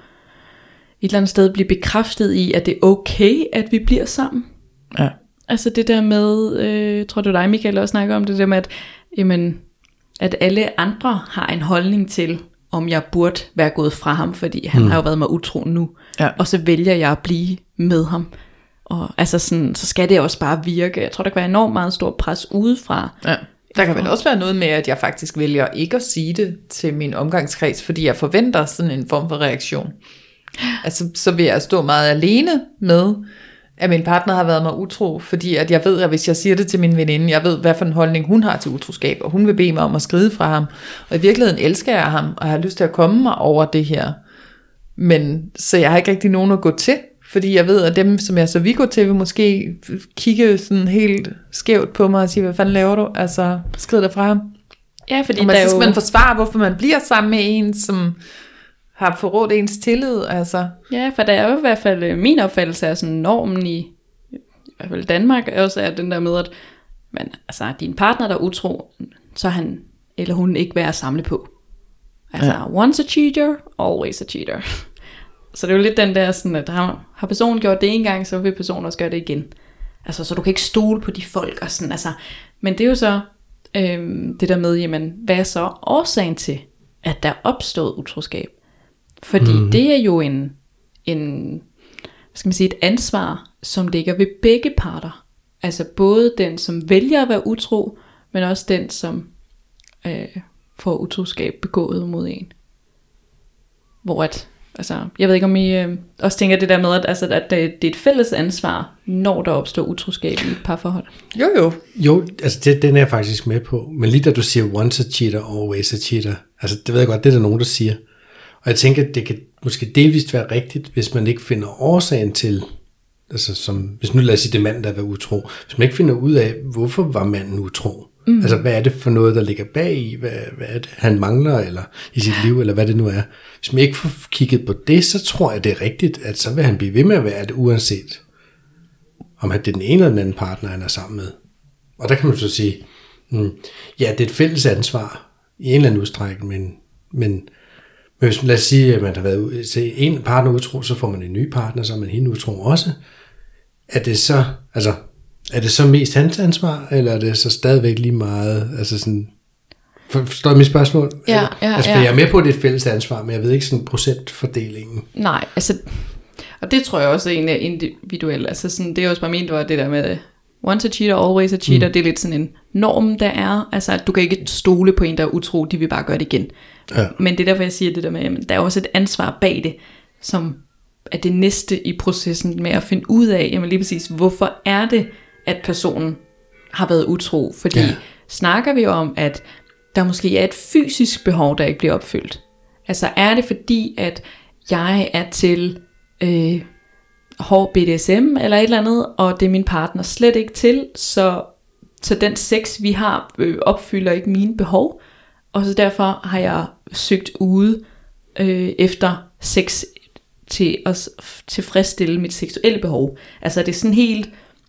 et eller andet sted blive bekræftet i, at det er okay, at vi bliver sammen. Ja. Altså det der med, øh, jeg tror det var dig, Michael, også snakker om det der med, at, jamen, at alle andre har en holdning til, om jeg burde være gået fra ham, fordi han mm. har jo været mig utro nu, ja. Og så vælger jeg at blive med ham. Og altså sådan, så skal det også bare virke. Jeg tror, der kan være enormt meget stor pres udefra. Ja. Der kan vel også være noget med, at jeg faktisk vælger ikke at sige det til min omgangskreds, fordi jeg forventer sådan en form for reaktion. Altså så vil jeg stå meget alene med, at min partner har været mig utro, fordi at jeg ved, at hvis jeg siger det til min veninde, jeg ved, hvad for en holdning hun har til utroskab, og hun vil bede mig om at skride fra ham, og i virkeligheden elsker jeg ham, og har lyst til at komme mig over det her, men så jeg har ikke rigtig nogen at gå til, fordi jeg ved, at dem, som jeg så vil gå til, vil måske kigge sådan helt skævt på mig og sige, hvad fanden laver du? Altså, skrid dig fra ham. Ja, fordi og man, der så skal jo... man forsvare, hvorfor man bliver sammen med en, som har forrådt ens tillid, altså. Ja, for der er jo i hvert fald, min opfattelse af sådan normen i, i hvert fald Danmark, også er den der med, at man, altså, din partner der er utro, så han eller hun ikke værd at samle på. Altså, ja. Once a cheater, always a cheater. Så det er jo lidt den der sådan, at har, har personen gjort det en gang, så vil personen også gøre det igen. Altså, så du kan ikke stole på de folk og sådan, altså. Men det er jo så øhm, det der med, jamen, hvad er så årsagen til, at der er opstået utroskab? Fordi mm. det er jo en, en, hvad skal man sige, et ansvar, som ligger ved begge parter. Altså både den, som vælger at være utro, men også den, som øh, får utroskab begået mod en. Hvor at, altså, jeg ved ikke om I øh, også tænker det der med, at, altså, at det er et fælles ansvar, når der opstår utroskab i et parforhold. Jo jo. Jo, altså det, den er jeg faktisk med på. Men lige da du siger once a cheater, always a cheater, altså det ved jeg godt, det er der nogen, der siger. Og jeg tænker, at det kan måske delvist være rigtigt, hvis man ikke finder årsagen til, altså som, hvis nu lad os sige, det mand, der var utro, hvis man ikke finder ud af, hvorfor var manden utro? Mm. Altså, hvad er det for noget, der ligger bag i? Hvad, hvad er det, han mangler eller i sit liv, eller hvad det nu er? Hvis man ikke får kigget på det, så tror jeg, det er rigtigt, at så vil han blive ved med at være det, uanset om det er den ene eller den anden partner, han er sammen med. Og der kan man så sige, mm, ja, det er et fælles ansvar i en eller anden udstrækning, men, men Men hvis, lad os sige, at man har været til en partner utro, så får man en ny partner, så er man hende utro også. Er det så, altså, er det så mest hans ansvar, eller er det så stadigvæk lige meget, altså sådan, forstår jeg mit spørgsmål? Ja, ja, altså, ja. Jeg er med på, at det er et fælles ansvar, men jeg ved ikke sådan procentfordelingen. Nej, altså, og det tror jeg også er en individuel, altså sådan, det er også bare ment, var det der med, once a cheater, always a cheater, mm. det er lidt sådan en norm, der er, altså at du kan ikke stole på en, der er utro, de vil bare gøre det igen. Ja. Men det er derfor, jeg siger det der med, at der er også et ansvar bag det, som er det næste i processen med at finde ud af, jamen lige præcis, hvorfor er det, at personen har været utro? Fordi ja. snakker vi om, at der måske er et fysisk behov, der ikke bliver opfyldt. Altså er det fordi, at jeg er til øh, hård B D S M eller et eller andet, og det er min partner slet ikke til, så, så den sex, vi har, øh, opfylder ikke mine behov, og så derfor har jeg søgt ude øh, efter sex til at tilfredsstille mit seksuelle behov. Altså det er sådan helt,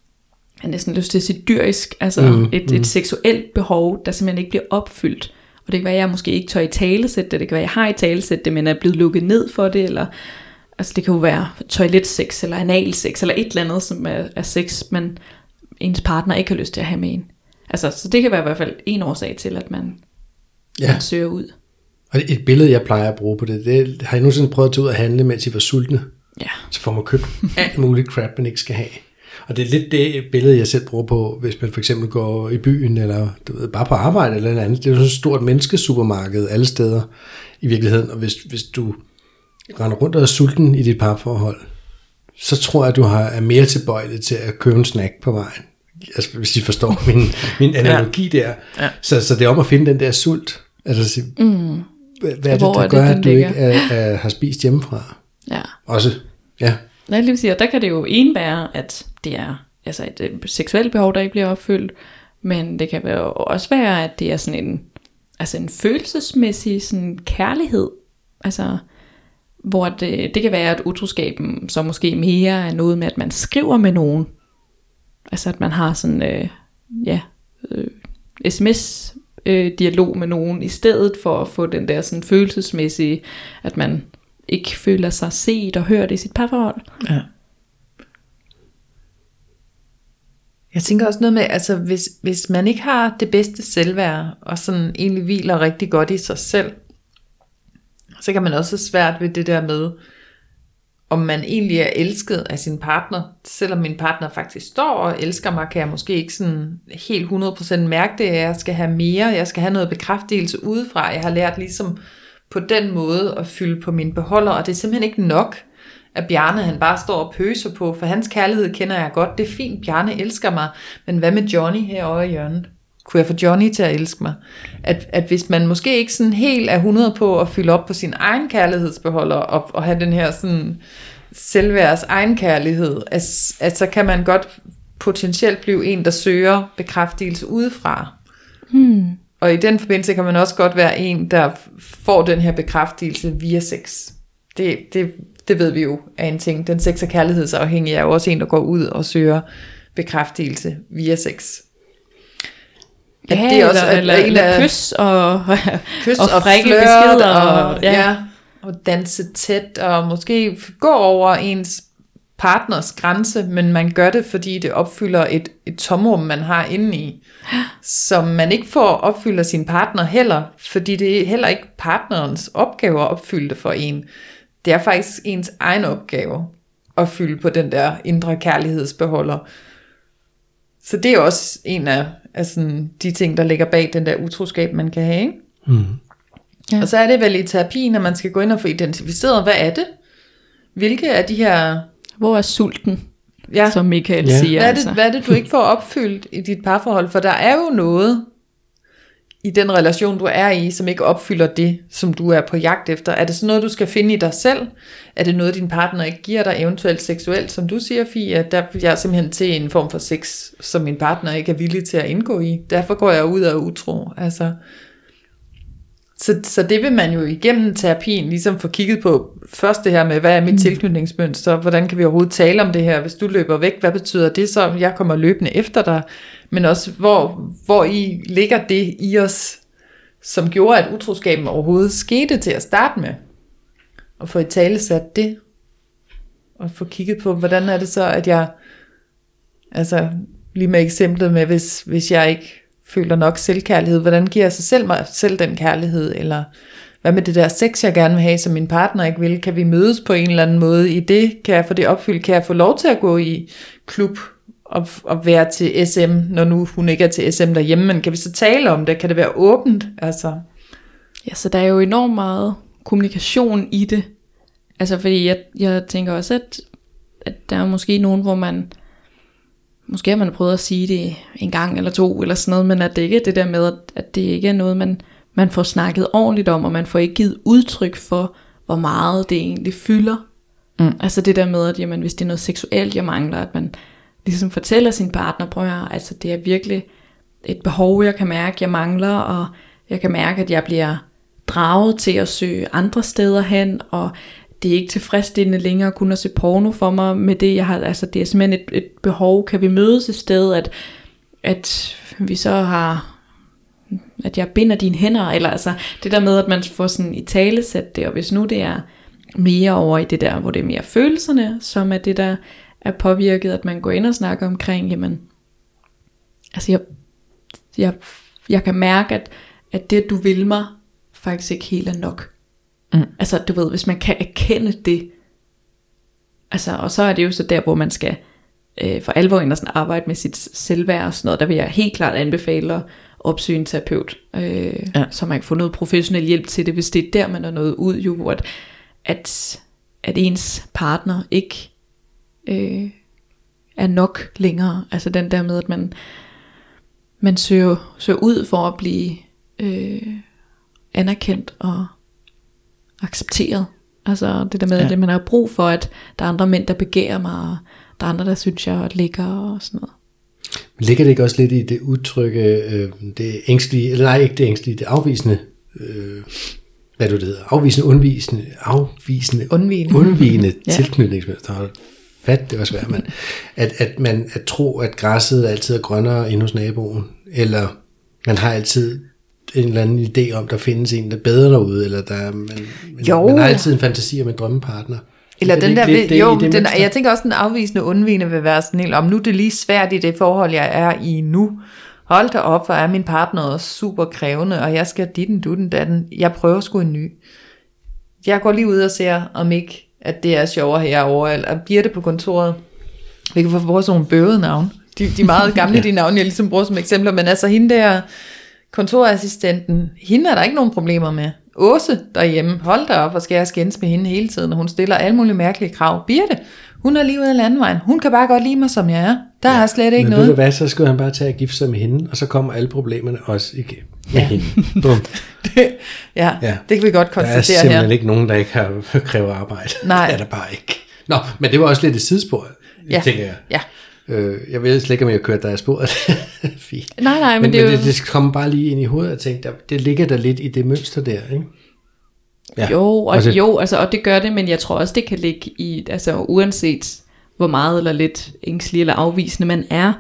jeg har næsten lyst til at sige dyrisk, altså mm, et, mm. et seksuelt behov, der simpelthen ikke bliver opfyldt. Og det kan være, at jeg måske ikke tør i talesætte det, det kan være, at jeg har i talesætte det, men er blevet lukket ned for det, eller altså det kan jo være toiletsex, eller analsex, eller et eller andet, som er, er sex, men ens partner ikke har lyst til at have med en. Altså, så det kan være i hvert fald en årsag til, at man, ja. man søger ud. Og et billede, jeg plejer at bruge på det, det har jeg nogensinde prøvet at tage ud og handle, mens I var sultne. Ja. Så får man købt alt muligt crap, man ikke skal have. Og det er lidt det billede, jeg selv bruger på, hvis man for eksempel går i byen, eller du ved, bare på arbejde eller noget andet. Det er jo sådan et stort menneskesupermarked alle steder i virkeligheden. Og hvis, hvis du render rundt og er sulten i dit parforhold, så tror jeg, at du har, er mere tilbøjelig til at købe en snack på vejen. Altså, hvis I forstår min, min analogi ja. der. Ja. Så, så det er om at finde den der sult. Altså, mm. hvad er det, der gør, det, at du ligger? ikke er, er, har spist hjemmefra? Ja. Også, ja. Nej, lige sige, og der kan det jo indebære, at det er altså et, et seksuelt behov, der ikke bliver opfyldt, men det kan jo også være, at det er sådan en, altså en følelsesmæssig sådan kærlighed, altså hvor det, det kan være, at utroskaben så måske mere er noget med, at man skriver med nogen, altså at man har sådan, øh, ja, øh, sms øh, dialog med nogen, i stedet for at få den der sådan følelsesmæssige, at man ikke føler sig set og hørt i sit parforhold. Ja. Jeg tænker også noget med, altså hvis, hvis man ikke har det bedste selvværd, og sådan egentlig hviler rigtig godt i sig selv, så kan man også have svært ved det der med, om man egentlig er elsket af sin partner. Selvom min partner faktisk står og elsker mig, kan jeg måske ikke sådan helt hundrede procent mærke det, jeg skal have mere, jeg skal have noget bekræftelse udefra. Jeg har lært ligesom på den måde at fylde på mine beholder, og det er simpelthen ikke nok, at Bjarne han bare står og pøser på, for hans kærlighed kender jeg godt. Det er fint, Bjarne elsker mig, men hvad med Johnny herovre i hjørnet? Kunne jeg få Johnny til at elske mig? At, at hvis man måske ikke sådan helt er hundrede på at fylde op på sin egen kærlighedsbeholder, og, og have den her sådan selvværds egen kærlighed, at, at så kan man godt potentielt blive en, der søger bekræftelse udefra. Hmm. Og i den forbindelse kan man også godt være en, der får den her bekræftelse via sex. Det, det, det ved vi jo er en ting. Den sex- og kærlighedsafhængige er jo også en, der går ud og søger bekræftelse via sex. At ja, det er også, eller, eller, eller kys og, kys og, og frække beskeder. Og, og, ja. Ja, og danse tæt, og måske gå over ens partners grænse, men man gør det, fordi det opfylder et, et tomrum, man har indeni, som man ikke får opfylder sin partner heller, fordi det er heller ikke partnerens opgave at opfylde det for en. Det er faktisk ens egen opgave at fylde på den der indre kærlighedsbeholder. Så det er også en af, af sådan, de ting, der ligger bag den der utroskab, man kan have. Ikke? Mm. Ja. Og så er det vel i terapien, at man skal gå ind og få identificeret, hvad er det? Hvilke af de her... Hvor er sulten, ja. Som Michael ja. siger. Hvad er, det, altså. hvad er det, du ikke får opfyldt i dit parforhold? For der er jo noget i den relation, du er i, som ikke opfylder det, som du er på jagt efter. Er det sådan noget, du skal finde i dig selv? Er det noget, din partner ikke giver dig, eventuelt seksuelt, som du siger, Fie? At der jeg er simpelthen til en form for sex, som min partner ikke er villig til at indgå i. Derfor går jeg ud af utro. Altså... Så, så det vil man jo igennem terapien ligesom få kigget på. Først det her med, hvad er mit mm. tilknytningsmønster? Hvordan kan vi overhovedet tale om det her? Hvis du løber væk, hvad betyder det så? Jeg kommer løbende efter dig. Men også, hvor, hvor i ligger det i os, som gjorde, at utroskaben overhovedet skete til at starte med? at få i tale sat det, og få kigget på, hvordan er det så, at jeg, altså lige med eksemplet med, hvis, hvis jeg ikke føler nok selvkærlighed, hvordan giver jeg sig selv, mig selv den kærlighed, eller hvad med det der sex, jeg gerne vil have, som min partner ikke vil, kan vi mødes på en eller anden måde i det, kan jeg få det opfyldt, kan jeg få lov til at gå i klub, og, og være til S M, når nu hun ikke er til S M derhjemme, men kan vi så tale om det, kan det være åbent, altså. Ja, så der er jo enormt meget kommunikation i det, altså fordi jeg, jeg tænker også, at, at der er måske nogen, hvor man, måske har man prøvet at sige det en gang eller to, eller sådan noget, men at det ikke er det der med, at, at det ikke er noget, man, man får snakket ordentligt om, og man får ikke givet udtryk for, hvor meget det egentlig fylder. Mm. Altså det der med, at jamen, hvis det er noget seksuelt, jeg mangler, at man ligesom fortæller sin partner, prøv at høre, altså det er virkelig et behov, jeg kan mærke, jeg mangler, og jeg kan mærke, at jeg bliver draget til at søge andre steder hen, og det er ikke tilfredsstillende længere kun at se porno for mig med det, jeg har, altså det er simpelthen et, et behov, kan vi mødes et sted, at, at vi så har, at jeg binder dine hænder, eller altså det der med, at man får sådan i tale sat det, og hvis nu det er mere over i det der, hvor det er mere følelserne, som er det der er påvirket, at man går ind og snakker omkring, jamen, altså jeg, jeg, jeg kan mærke, at, at det du vil mig, faktisk ikke helt er nok. Mm. Altså du ved, hvis man kan erkende det, altså, og så er det jo så der, hvor man skal øh, for alvor ind og sådan arbejde med sit selvværd og sådan noget, der vil jeg helt klart anbefale at opsøge en terapeut, øh, ja. Så man kan få noget professionel hjælp til det, hvis det er der, man er nået ud, jo, hvor at, at, at ens partner ikke øh, er nok længere, altså den der med, at man, man søger, søger ud for at blive øh, anerkendt og accepteret, altså det der med, ja. At man har brug for, at der er andre mænd, der begærer mig, og der er andre, der synes, jeg ligger og sådan noget. Men ligger det ikke også lidt i det udtrykke, øh, det ængstlige, eller nej, ikke det ængstlige, det afvisende, øh, hvad du det hedder, afvisende, undvisende, afvisende, undvigende, undvigende ja. Tilknytningsmønster. Fat, det var svært, man. At, at man at tro, at græsset altid er grønnere end hos naboen, eller man har altid en eller anden idé om, der findes en, der er bedre derude, eller der, man, man har altid en fantasi om en drømmepartner. Eller den der, det, det, jo, det den, jeg tænker også, den afvisende undvigende vil være sådan helt, om nu det er lige svært i det forhold, jeg er i nu. Hold da op, hvor er min partner også super krævende, og jeg skal ditten, dutten, datten. Jeg prøver sgu en ny. Jeg går lige ud og ser, om ikke, at det er sjovere herovre, eller bliver det på kontoret. Vi kan få bruge sådan nogle bøvede navne. De, de meget gamle, ja. De navne, jeg ligesom bruger som eksempler, men altså hende der, kontorassistenten, hende er der ikke nogen problemer med. Åse derhjemme, hold da op, og skal jeg skændes med hende hele tiden, og hun stiller alle mulige mærkelige krav. Birte, hun er lige ude af landvejen, hun kan bare godt lide mig, som jeg er. Der ja, er slet ikke men noget. Men ved du hvad, så skulle han bare tage og gifte sig med hende, og så kommer alle problemerne også igen med ja. Hende. det, ja, ja, det kan vi godt konstatere her. Der er simpelthen her. Ikke nogen, der ikke har krævet arbejde. Nej. Det er der bare ikke. Nå, men det var også lidt et sidespor, ja. Tænker jeg. Ja. Øh, jeg ved slet ikke, om jeg har kørt der af sporet. Fint. Nej, nej, men, men det er men jo... det, det kommer bare lige ind i hovedet, og tænkte, det ligger der lidt i det mønster der, ikke? Ja. Jo, og, altså, jo altså, og det gør det, men jeg tror også, det kan ligge i, altså uanset hvor meget eller lidt ængstelig eller afvisende man er,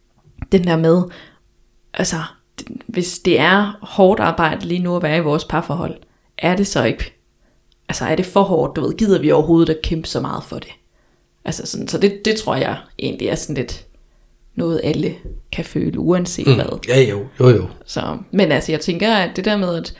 den der med, altså, hvis det er hårdt arbejde lige nu at være i vores parforhold, er det så ikke, altså er det for hårdt, du ved, gider vi overhovedet at kæmpe så meget for det? Altså sådan, så det, det tror jeg egentlig er sådan lidt noget alle kan føle, uanset mm. hvad. Ja, jo, jo, jo. Så, men altså, jeg tænker, at det der med, at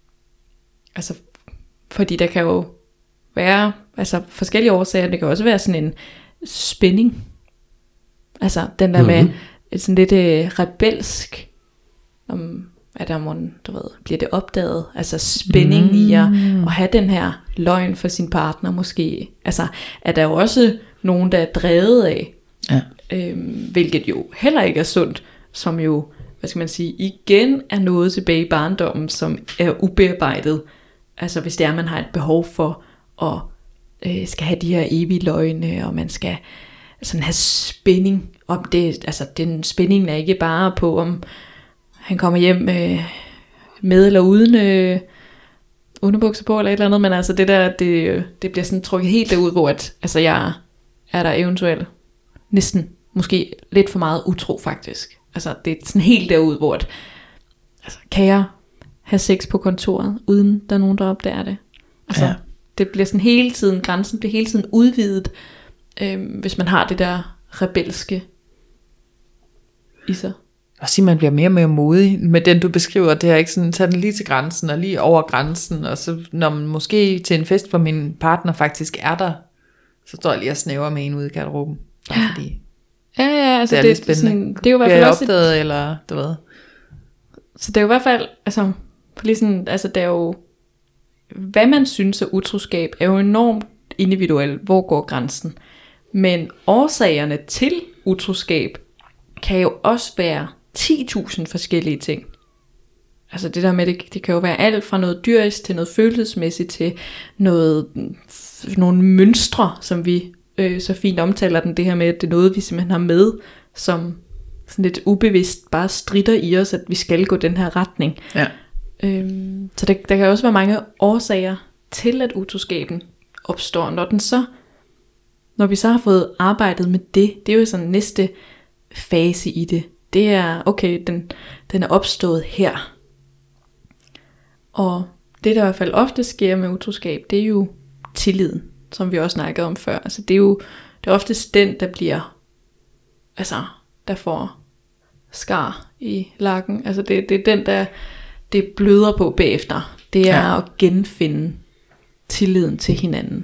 altså, fordi der kan jo være, altså forskellige årsager, det kan også være sådan en spænding. Altså, den der mm-hmm. med sådan lidt øh, rebelsk, om, at der må, du ved, bliver det opdaget, altså spænding mm. i at, at have den her løgn for sin partner måske. Altså, er der jo også nogen, der er drevet af, ja. øhm, hvilket jo heller ikke er sundt, som jo, hvad skal man sige, igen er noget tilbage i barndommen, som er ubearbejdet. Altså hvis det er, man har et behov for at øh, skal have de her evige løgne, og man skal sådan have spænding om det. Altså den spændingen er ikke bare på, om han kommer hjem øh, med eller uden øh, underbukser på eller et eller andet, men altså det der, det, det bliver sådan trukket helt derud, hvor at, altså jeg er der eventuelt næsten måske lidt for meget utro faktisk. Altså det er sådan helt derud, hvor at, altså kan jeg have sex på kontoret, uden der er nogen, der opdager det? Altså, ja. det bliver sådan hele tiden, grænsen bliver hele tiden udvidet, øh, hvis man har det der rebelske i sig. Og sige, man bliver mere og mere modig med den, du beskriver. Det er ikke sådan, tag den lige til grænsen og lige over grænsen. Og så når man måske til en fest, hvor min partner faktisk er der, så står jeg lige og snæver med en ude i garderoben. Bare fordi ja, ja, altså det er det, lidt spændende. Sådan, det er jo i hvert fald også opdaget, et, eller du ved. Så det er jo i hvert fald, altså, lige sådan, altså det er jo, hvad man synes er utroskab, er jo enormt individuelt. Hvor går grænsen? Men årsagerne til utroskab kan jo også være ti tusind forskellige ting. Altså det der med, det, det kan jo være alt fra noget dyrisk til noget følelsesmæssigt til noget, nogle mønstre, som vi øh, så fint omtaler den, det her med, at det er noget, vi simpelthen har med, som sådan lidt ubevidst bare stritter i os, at vi skal gå den her retning. Ja. Øhm, så der, der kan også være mange årsager til, at utroskaben opstår. Når den så, når vi så har fået arbejdet med det, det er jo sådan næste fase i det. Det er, okay, den, den er opstået her. Og det der i hvert fald ofte sker med utroskab, det er jo tilliden, som vi også snakkede om før. Altså det er jo det er oftest den, der bliver, altså der får skar i lakken. Altså det, det er den, der det bløder på bagefter. Det er ja. At genfinde tilliden til hinanden.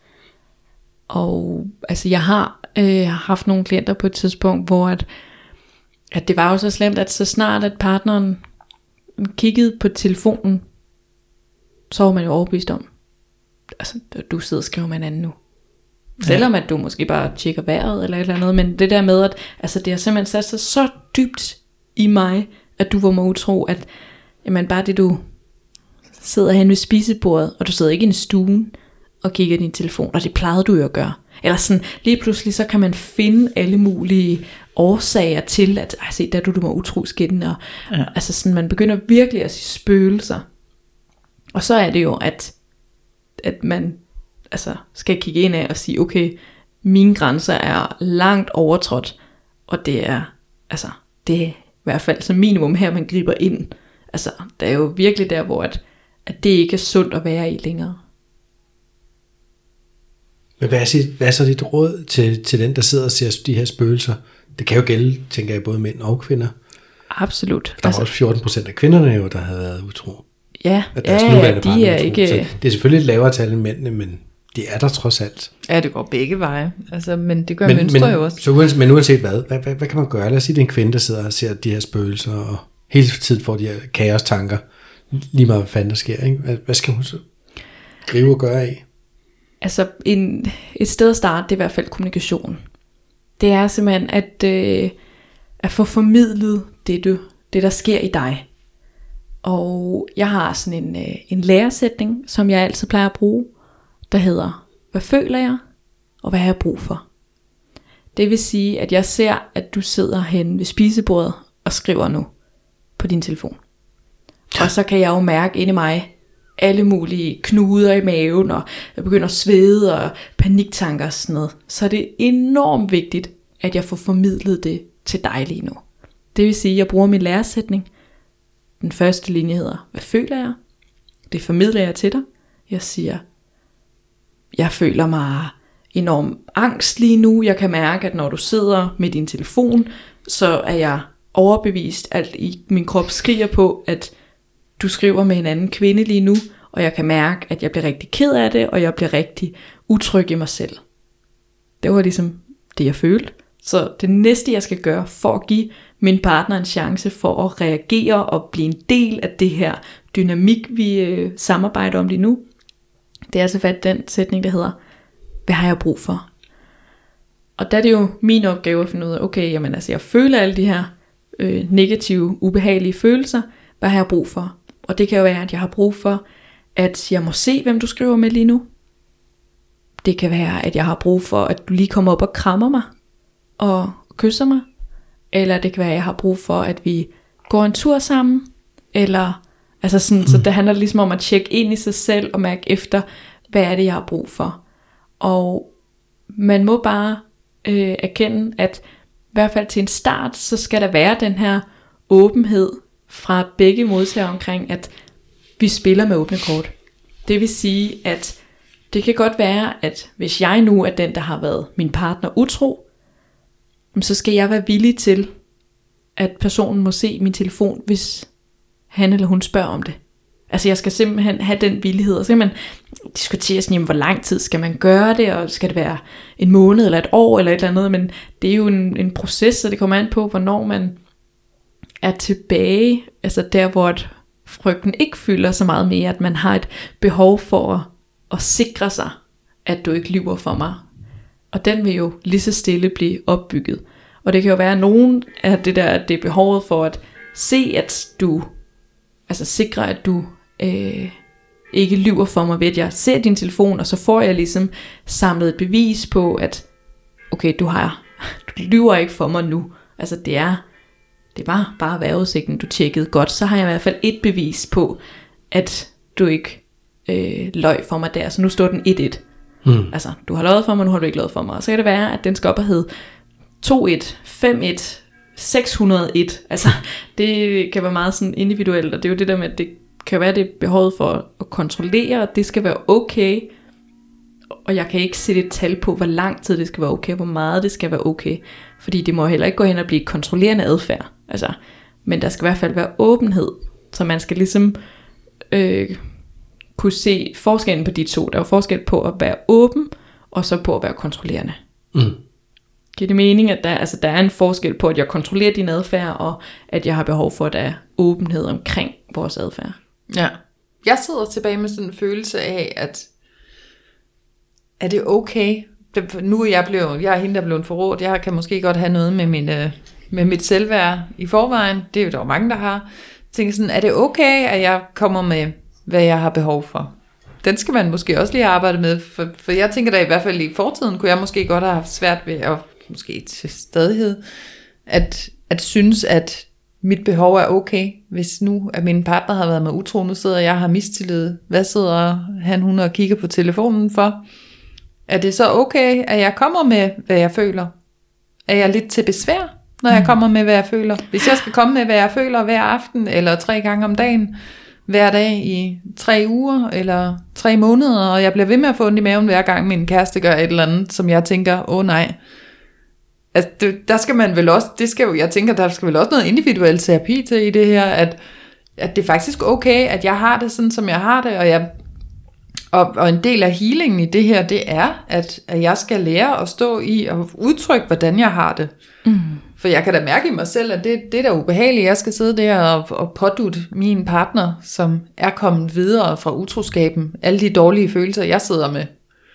Og altså jeg har øh, haft nogle klienter på et tidspunkt, hvor at, at det var jo så slemt, at så snart at partneren kiggede på telefonen, så var man jo overbevist om, altså du sidder og skriver med en anden nu. Selvom at du måske bare tjekker vejret eller et eller andet, men det der med, at altså, det har simpelthen sat sig så dybt i mig, at du var mig utro, at jamen, bare det du sidder hen ved spisebordet, og du sidder ikke i stuen og kigger i din telefon, og det plejede du jo at gøre. Eller sådan, lige pludselig så kan man finde alle mulige årsager til, at ej, se, der du, du må utro skinnen, og ja. Altså sådan, man begynder virkelig at sige spøgelser. Og så er det jo, at, at man altså, skal kigge ind af og sige, okay, mine grænser er langt overtrådt, og det er, altså, det er i hvert fald som minimum her, man griber ind. Altså, der er jo virkelig der, hvor at, at det ikke er sundt at være i længere. Men hvad er, sit, hvad er så dit råd til, til den, der sidder og ser de her spøgelser? Det kan jo gælde, tænker jeg, både mænd og kvinder. Absolut. Der var altså, også fjorten procent af kvinderne jo, der havde været utro. Ja, ja, ja de er ikke... Så det er selvfølgelig et lavere tal end mændene, men det er der trods alt. Ja, det går begge veje. Altså, men det gør men, mønstre men, jo også. Så uanset, men uanset hvad, hvad, hvad, hvad kan man gøre? Lad os sige, det er en kvinde, der sidder og ser de her spøgelser, og hele tiden får de her kaos-tanker, lige meget hvad fanden der sker. Ikke? Hvad, hvad skal hun så gribe og gøre af? Altså, en, et sted at starte, det er i hvert fald kommunikation. Det er simpelthen at, øh, at få formidlet det, du, det, der sker i dig. Og jeg har sådan en, øh, en læresætning, som jeg altid plejer at bruge, der hedder, hvad føler jeg, og hvad har jeg brug for? Det vil sige, at jeg ser, at du sidder hen ved spisebordet og skriver nu på din telefon. Og så kan jeg jo mærke inde i mig alle mulige knuder i maven, og jeg begynder at svede og paniktanker og sådan noget. Så det er enormt vigtigt, at jeg får formidlet det til dig lige nu. Det vil sige, at jeg bruger min læresætning. Den første linje hedder, hvad føler jeg? Det formidler jeg til dig. Jeg siger, jeg føler mig enormt angst lige nu. Jeg kan mærke, at når du sidder med din telefon, så er jeg overbevist, alt i min krop skriger på, at du skriver med en anden kvinde lige nu, og jeg kan mærke, at jeg bliver rigtig ked af det, og jeg bliver rigtig utryg i mig selv. Det var ligesom det, jeg følte. Så det næste, jeg skal gøre for at give min partner en chance for at reagere og blive en del af det her dynamik, vi øh, samarbejder om lige nu, det er altså fat den sætning, der hedder, hvad har jeg brug for? Og der er det jo min opgave at finde ud af, okay, jamen altså jeg føler alle de her øh, negative, ubehagelige følelser, hvad har jeg brug for? Og det kan jo være, at jeg har brug for, at jeg må se, hvem du skriver med lige nu. Det kan være, at jeg har brug for, at du lige kommer op og krammer mig og kysser mig. Eller det kan være, at jeg har brug for, at vi går en tur sammen. Eller, altså sådan, mm. så det handler ligesom om at tjekke ind i sig selv og mærke efter, hvad er det, jeg har brug for. Og man må bare øh, erkende, at i hvert fald til en start, så skal der være den her åbenhed fra begge modtagere omkring, at vi spiller med åbne kort. Det vil sige, at Det kan godt være, at hvis jeg nu er den, der har været min partner utro, så skal jeg være villig til, at personen må se min telefon, hvis han eller hun spørger om det. Altså jeg skal simpelthen have den villighed, og så kan man diskutere sådan, jamen, hvor lang tid skal man gøre det, og skal det være en måned eller et år eller et eller andet, men det er jo en, en proces, så det kommer an på, hvornår man er tilbage, altså der hvor frygten ikke fylder så meget mere, at man har et behov for at, at sikre sig, at du ikke lyver for mig. Og den vil jo lige så stille blive opbygget. Og det kan jo være, at nogen af det der, det er behovet for at se, at du, altså sikre, at du øh, ikke lyver for mig ved, at jeg ser din telefon, og så får jeg ligesom samlet et bevis på, at okay, du har, du lyver ikke for mig nu. Altså det er, det var bare vejrudsigten, du tjekkede godt, så har jeg i hvert fald et bevis på, at du ikke øh, løj for mig der, så nu står den et et. Mm. Altså, du har løjet for mig, nu har du ikke løjet for mig. Og så kan det være, at den skal op og hedde to et, fem et, seks hundrede og en. Altså, det kan være meget sådan individuelt, og det er jo det der med, at det kan være, det er behovet for at kontrollere, og det skal være okay. Og jeg kan ikke sætte et tal på, hvor lang tid det skal være okay, hvor meget det skal være okay. Fordi det må heller ikke gå hen og blive kontrollerende adfærd. Altså, men der skal i hvert fald være åbenhed, så man skal ligesom øh, kunne se forskellen på de to. Der er jo forskel på at være åben, og så på at være kontrollerende. Mm. Giver det mening, at der, altså, der er en forskel på, at jeg kontrollerer din adfærd, og at jeg har behov for, at der er åbenhed omkring vores adfærd? Ja. Jeg sidder tilbage med sådan en følelse af, at er det okay? Nu er jeg blevet, jeg er hende, der er blevet forrådt. Jeg kan måske godt have noget med, min, med mit selvværd i forvejen. Det er jo der mange, der har. Jeg tænker sådan, er det okay, at jeg kommer med, hvad jeg har behov for? Den skal man måske også lige arbejde med. For, for jeg tænker da i hvert fald i fortiden, kunne jeg måske godt have haft svært ved, at måske til stadighed, at, at synes, at mit behov er okay, hvis nu at min partner har været med utro, nu sidder jeg og har mistillid. Hvad sidder han, hun og kigger på telefonen for? Er det så okay, at jeg kommer med, hvad jeg føler? Er jeg lidt til besvær, når jeg kommer med, hvad jeg føler? Hvis jeg skal komme med, hvad jeg føler hver aften, eller tre gange om dagen, hver dag i tre uger, eller tre måneder, og jeg bliver ved med at få ondt i maven, hver gang min kæreste gør et eller andet, som jeg tænker, åh nej. Altså, det, der skal man vel også, det skal jo, jeg tænker, der skal vel også noget individuel terapi til i det her, at, at det er faktisk okay, at jeg har det sådan, som jeg har det, og jeg Og, og en del af healingen i det her, det er, at, at jeg skal lære at stå i og udtrykke, hvordan jeg har det. Mm. For jeg kan da mærke i mig selv, at det, det er da ubehageligt, jeg skal sidde der og, og pådutte min partner, som er kommet videre fra utroskaben, alle de dårlige følelser, jeg sidder med.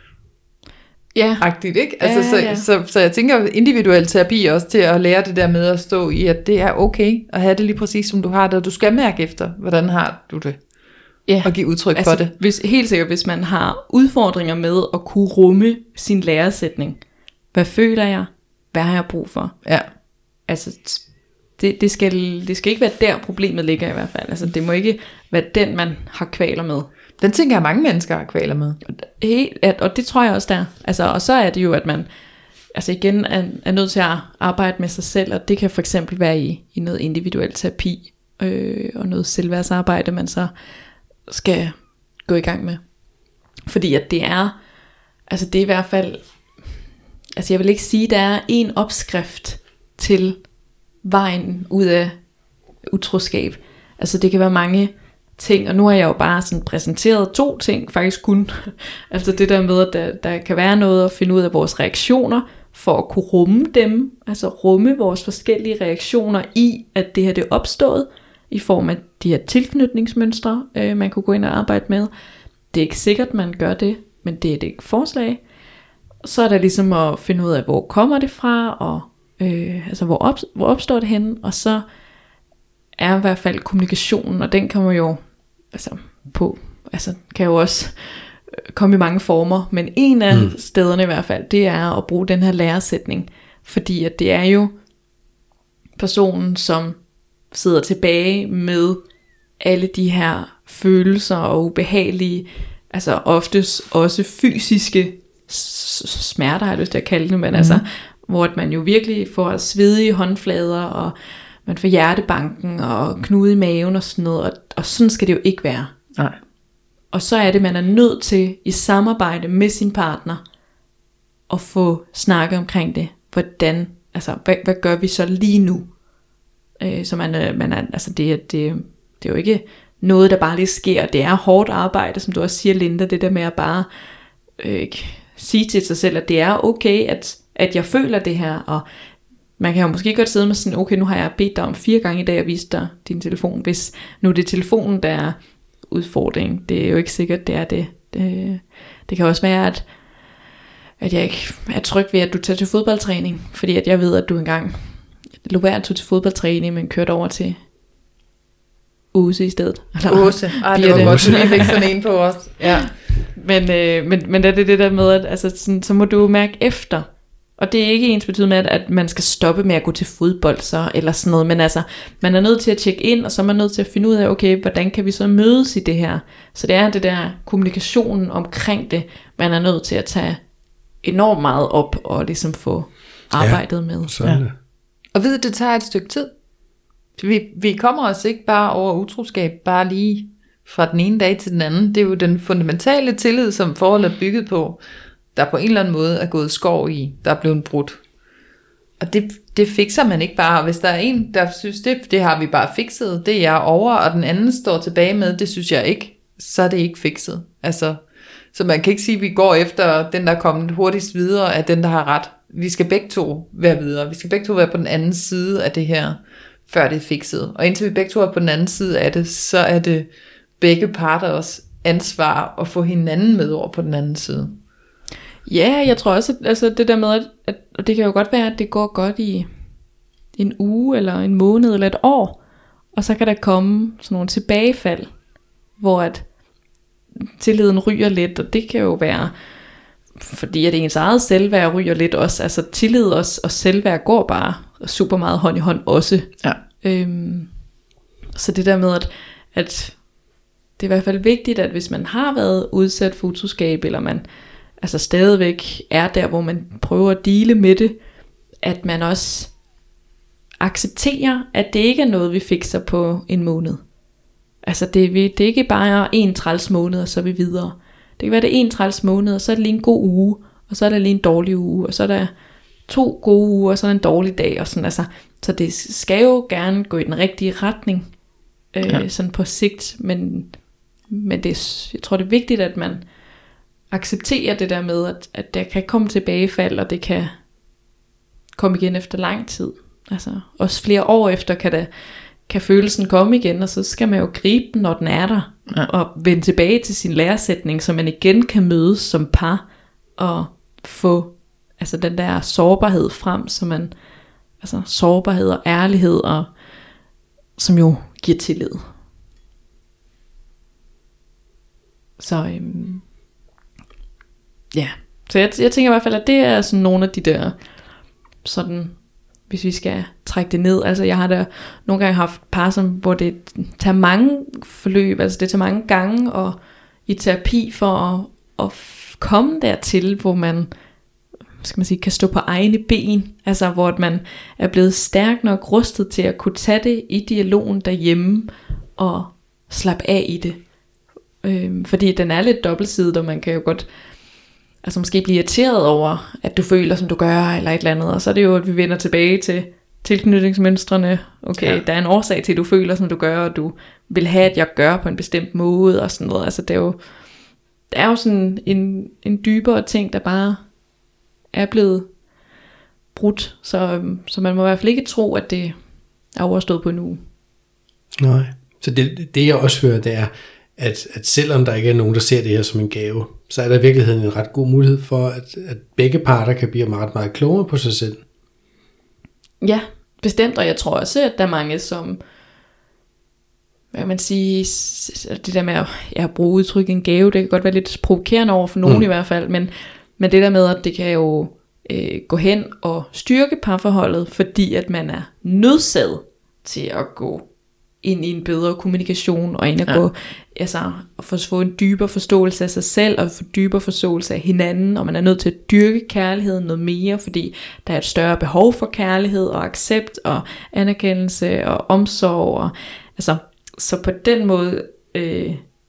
Ja. Agtigt, ikke? Altså, ja, ja. Så, så, så jeg tænker individuel terapi også til at lære det der med at stå i, at det er okay at have det lige præcis, som du har det, og du skal mærke efter, hvordan har du det. Ja, og give udtryk altså, for det. Hvis, helt sikkert, hvis man har udfordringer med at kunne rumme sin læresætning. Hvad føler jeg? Hvad har jeg brug for? Ja. Altså, det, det, skal, det skal ikke være der, problemet ligger i hvert fald. Altså, det må ikke være den, man har kvaler med. Den tænker jeg, mange mennesker har kvaler med. Helt, og det tror jeg også der. Altså, og så er det jo, at man altså igen er, er nødt til at arbejde med sig selv, og det kan for eksempel være i, i noget individuel terapi, øh, og noget selvværdsarbejde, man så skal gå i gang med. Fordi at det er, altså det er i hvert fald, altså jeg vil ikke sige, der er en opskrift til vejen ud af utroskab. Altså det kan være mange ting, og nu har jeg jo bare sådan præsenteret to ting, faktisk kun. Altså det der med, at der, der kan være noget at finde ud af vores reaktioner, for at kunne rumme dem, altså rumme vores forskellige reaktioner i, at det her det er opstået, i form af de her tilknytningsmønstre, øh, man kunne gå ind og arbejde med. Det er ikke sikkert, man gør det, men det er et forslag. Så er der ligesom at finde ud af, hvor kommer det fra, og øh, altså hvor, op, hvor opstår det henne, og så er i hvert fald kommunikationen, og den kommer jo altså på, altså kan jo også komme i mange former, men en af mm. stederne i hvert fald, det er at bruge den her læresætning, fordi at det er jo personen, som sidder tilbage med alle de her følelser og ubehagelige, altså oftest også fysiske smerter, har jeg lyst til at kalde det, men mm. altså, hvor man jo virkelig får svedige håndflader, og man får hjertebanken, og knude i maven og sådan noget, og, og sådan skal det jo ikke være. Nej. Og så er det, man er nødt til i samarbejde med sin partner at få snakket omkring det. Hvordan, altså hvad, hvad gør vi så lige nu? Øh, så man, man er, altså det, det, det er jo ikke noget, der bare lige sker. Det er hårdt arbejde, som du også siger, Linda, det der med at bare øh, sige til sig selv, at det er okay, at, at jeg føler det her, og man kan jo måske godt sidde med sådan, okay, nu har jeg bedt dig om fire gange i dag at vise dig din telefon, hvis nu det er telefonen, der er udfordring. Det er jo ikke sikkert, det er det. Det, det kan også være, at, at jeg ikke er tryg ved, at du tager til fodboldtræning, fordi at jeg ved, at du engang lå være at tage til fodboldtræning, men kørte over til Åse i stedet. Åse, ah, det var det. Godt, vi fik sådan en på os. Ja. Men, øh, men, men det er det der med, at altså, sådan, så må du mærke efter. Og det er ikke ens betydende med, at, at man skal stoppe med at gå til fodbold, så, eller sådan noget. Men altså, man er nødt til at tjekke ind, og så er man nødt til at finde ud af, okay, hvordan kan vi så mødes i det her? Så det er det der kommunikationen omkring det, man er nødt til at tage enormt meget op, og ligesom få arbejdet ja, med. Sådan ja. Og ved, det tager et stykke tid. Vi, vi kommer os ikke bare over utroskab, bare lige fra den ene dag til den anden. Det er jo den fundamentale tillid, som forholdet er bygget på, der på en eller anden måde er gået skov i, der er blevet brudt. Og det, det fikser man ikke bare. Og hvis der er en, der synes, det, det har vi bare fikset, det er jeg over, og den anden står tilbage med, det synes jeg ikke, så er det ikke fikset. Altså, så man kan ikke sige, at vi går efter den, der er kommet hurtigst videre, af den, der har ret. Vi skal begge to være videre. Vi skal begge to være på den anden side af det her, før det er fikset. Og indtil vi begge to er på den anden side af det, så er det begge parters ansvar at få hinanden med over på den anden side. Ja, jeg tror også, at altså det der med, at, at og det kan jo godt være, at det går godt i en uge, eller en måned, eller et år, og så kan der komme sådan nogle tilbagefald, hvor at tilliden ryger lidt, og det kan jo være, fordi at ens eget selvværd ryger lidt også, altså tillid også, og selvværd går bare super meget hånd i hånd også. Ja. Øhm, så det der med, at, at det er i hvert fald vigtigt, at hvis man har været udsat for utroskab, eller man altså stadigvæk er der, hvor man prøver at deale med det, at man også accepterer, at det ikke er noget, vi fikser på en måned. Altså det, det er ikke bare en træls måned, og så er vi videre. Det kan være, det er en træls måned, og så er det lige en god uge, og så er der lige en dårlig uge, og så er der to gode uger, og så er der en dårlig dag, og sådan, altså, så det skal jo gerne gå i den rigtige retning, øh, ja. Sådan på sigt, men, men det, jeg tror, det er vigtigt, at man accepterer det der med, at, at der kan komme tilbagefald, og det kan komme igen efter lang tid. Altså også flere år efter kan, der, kan følelsen komme igen, og så skal man jo gribe den, når den er der, ja. Og vende tilbage til sin læresætning, så man igen kan mødes som par, og få altså den der sårbarhed frem, så man, altså sårbarhed og ærlighed, og som jo giver tillid. Så øhm, ja, så jeg, jeg tænker i hvert fald, at det er sådan nogle af de der, sådan, hvis vi skal trække det ned, altså jeg har da nogle gange haft par, som, hvor det tager mange forløb, altså det tager mange gange, og i terapi for at, at komme dertil, hvor man, skal man sige, kan stå på egne ben, altså hvor man er blevet stærk nok rustet til at kunne tage det i dialogen derhjemme, og slappe af i det. Øhm, fordi den er lidt dobbeltsidet, og man kan jo godt altså måske blive irriteret over, at du føler, som du gør, eller et eller andet, og så er det jo, at vi vender tilbage til tilknytningsmønstrene. Okay, ja. Der er en årsag til, at du føler, som du gør, og du vil have, at jeg gør på en bestemt måde, og sådan noget. Altså det er jo, det er jo sådan en, en dybere ting, der bare er blevet brudt, så, så man må i hvert fald ikke tro, at det er overstået på en uge. Nej, så det, det jeg også hører, det er, At, at selvom der ikke er nogen, der ser det her som en gave, så er der i virkeligheden en ret god mulighed for, at, at begge parter kan blive meget, meget klogere på sig selv. Ja, bestemt, og jeg tror også, at der er mange, som, hvad kan man sige, det der med at ja, bruge udtryk en gave, det kan godt være lidt provokerende over for nogen mm. i hvert fald, men, men det der med, at det kan jo øh, gå hen og styrke parforholdet, fordi at man er nødsaget til at gå ind i en bedre kommunikation, og ind at ja. gå, altså, at få en dybere forståelse af sig selv, og få dybere forståelse af hinanden, og man er nødt til at dyrke kærligheden noget mere, fordi der er et større behov for kærlighed, og accept, og anerkendelse, og omsorg, og, altså, så på den måde, øh,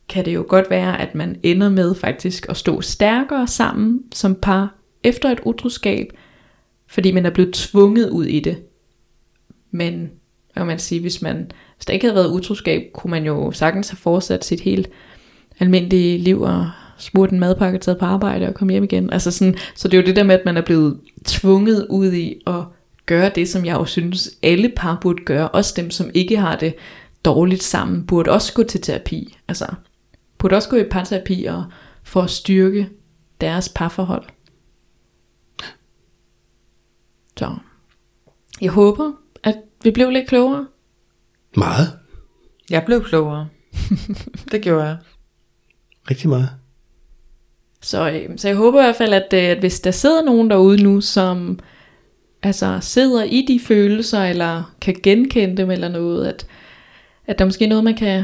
kan det jo godt være, at man ender med faktisk at stå stærkere sammen som par efter et utroskab, fordi man er blevet tvunget ud i det. Men hvad kan man sige, hvis, man, hvis der ikke havde været utroskab, kunne man jo sagtens have fortsat sit helt almindelige liv og smurt en madpakke, taget på arbejde og komme hjem igen. Altså sådan, så det er jo det der med, at man er blevet tvunget ud i at gøre det, som jeg jo synes, alle par burde gøre. Også dem, som ikke har det dårligt sammen, burde også gå til terapi. Altså, burde også gå i parterapi og for at styrke deres parforhold. Så jeg håber, at vi blev lidt klogere. Meget. Jeg blev klogere. Det gjorde jeg. Rigtig meget. Så, øh, så jeg håber i hvert fald, at, øh, at hvis der sidder nogen derude nu, som altså sidder i de følelser, eller kan genkende dem eller noget, at, at der måske er noget, man kan,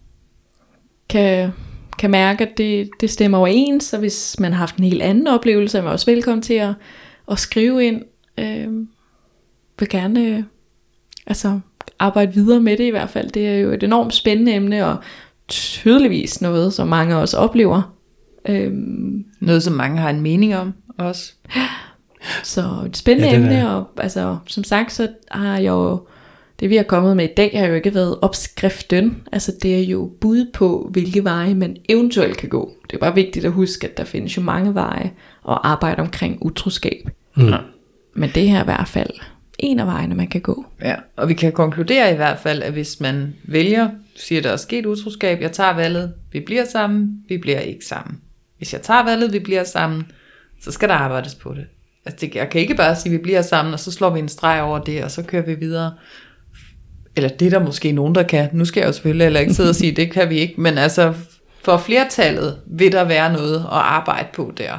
kan, kan mærke, at det, det stemmer overens. Og hvis man har haft en helt anden oplevelse, er man også velkommen til at, at skrive ind. Øh, vil gerne øh, altså arbejde videre med det i hvert fald. Det er jo et enormt spændende emne, og tydeligvis noget, som mange også oplever. Øhm, Noget, som mange har en mening om også. Så et spændende Ja, ja, den er- emne, og altså, som sagt, så har jeg jo, det vi har kommet med i dag, har jo ikke været opskriften. Altså det er jo bud på, hvilke veje man eventuelt kan gå. Det er bare vigtigt at huske, at der findes jo mange veje at arbejde omkring utroskab. Mm. Men det her er i hvert fald en af vejene, man kan gå. Ja, og vi kan konkludere i hvert fald, at hvis man vælger, siger der er sket utroskab, jeg tager valget, vi bliver sammen, vi bliver ikke sammen. Hvis jeg tager valget, vi bliver sammen, så skal der arbejdes på det. Altså det, jeg kan ikke bare sige, vi bliver sammen, og så slår vi en streg over det, og så kører vi videre. Eller det er der måske nogen, der kan. Nu skal jeg jo selvfølgelig heller ikke sidde og sige, det kan vi ikke. Men altså, for flertallet vil der være noget at arbejde på der.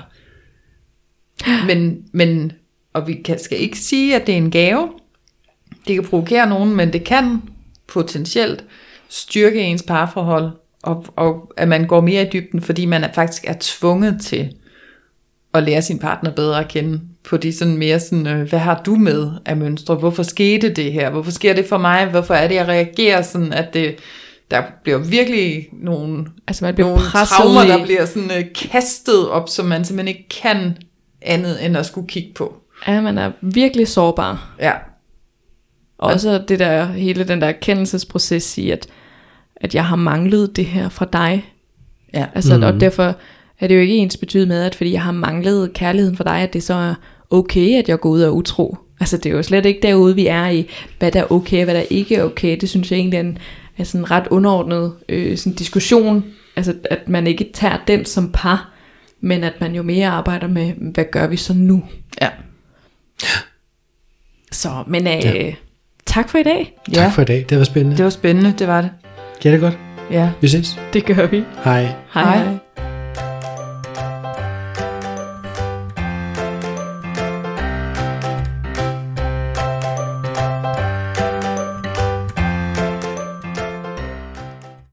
Men, men og vi kan, skal ikke sige, at det er en gave. Det kan provokere nogen, men det kan potentielt styrke ens parforhold, og, og at man går mere i dybden, fordi man er, faktisk er tvunget til at lære sin partner bedre at kende, på de sådan mere sådan, øh, hvad har du med af mønstre? Hvorfor skete det her? Hvorfor sker det for mig? Hvorfor er det, jeg reagerer sådan, at det, der bliver virkelig nogle, Altså man bliver nogle presset traumer, i- der bliver sådan øh, kastet op, som man simpelthen ikke kan andet end at skulle kigge på. Ja, man er virkelig sårbar. Ja, Og også det der, hele den der erkendelsesproces i, at, at jeg har manglet det her fra dig. ja. Altså, mm. Og derfor er det jo ikke ens betydet med, at fordi jeg har manglet kærligheden for dig, at det så er okay, at jeg går ud og er utro. Altså det er jo slet ikke derude, vi er i, hvad der er okay og hvad der ikke er okay. Det synes jeg egentlig er en, er sådan en ret underordnet øh, sådan diskussion. Altså at man ikke tager den som par, men at man jo mere arbejder med, hvad gør vi så nu? Ja. Så, men øh, Ja. tak for i dag. Tak Ja, for i dag. Det var spændende. det var spændende, det var det. Ja, det er godt. Ja. Vi ses. Det gør vi. Hej. Hej Hej. hej.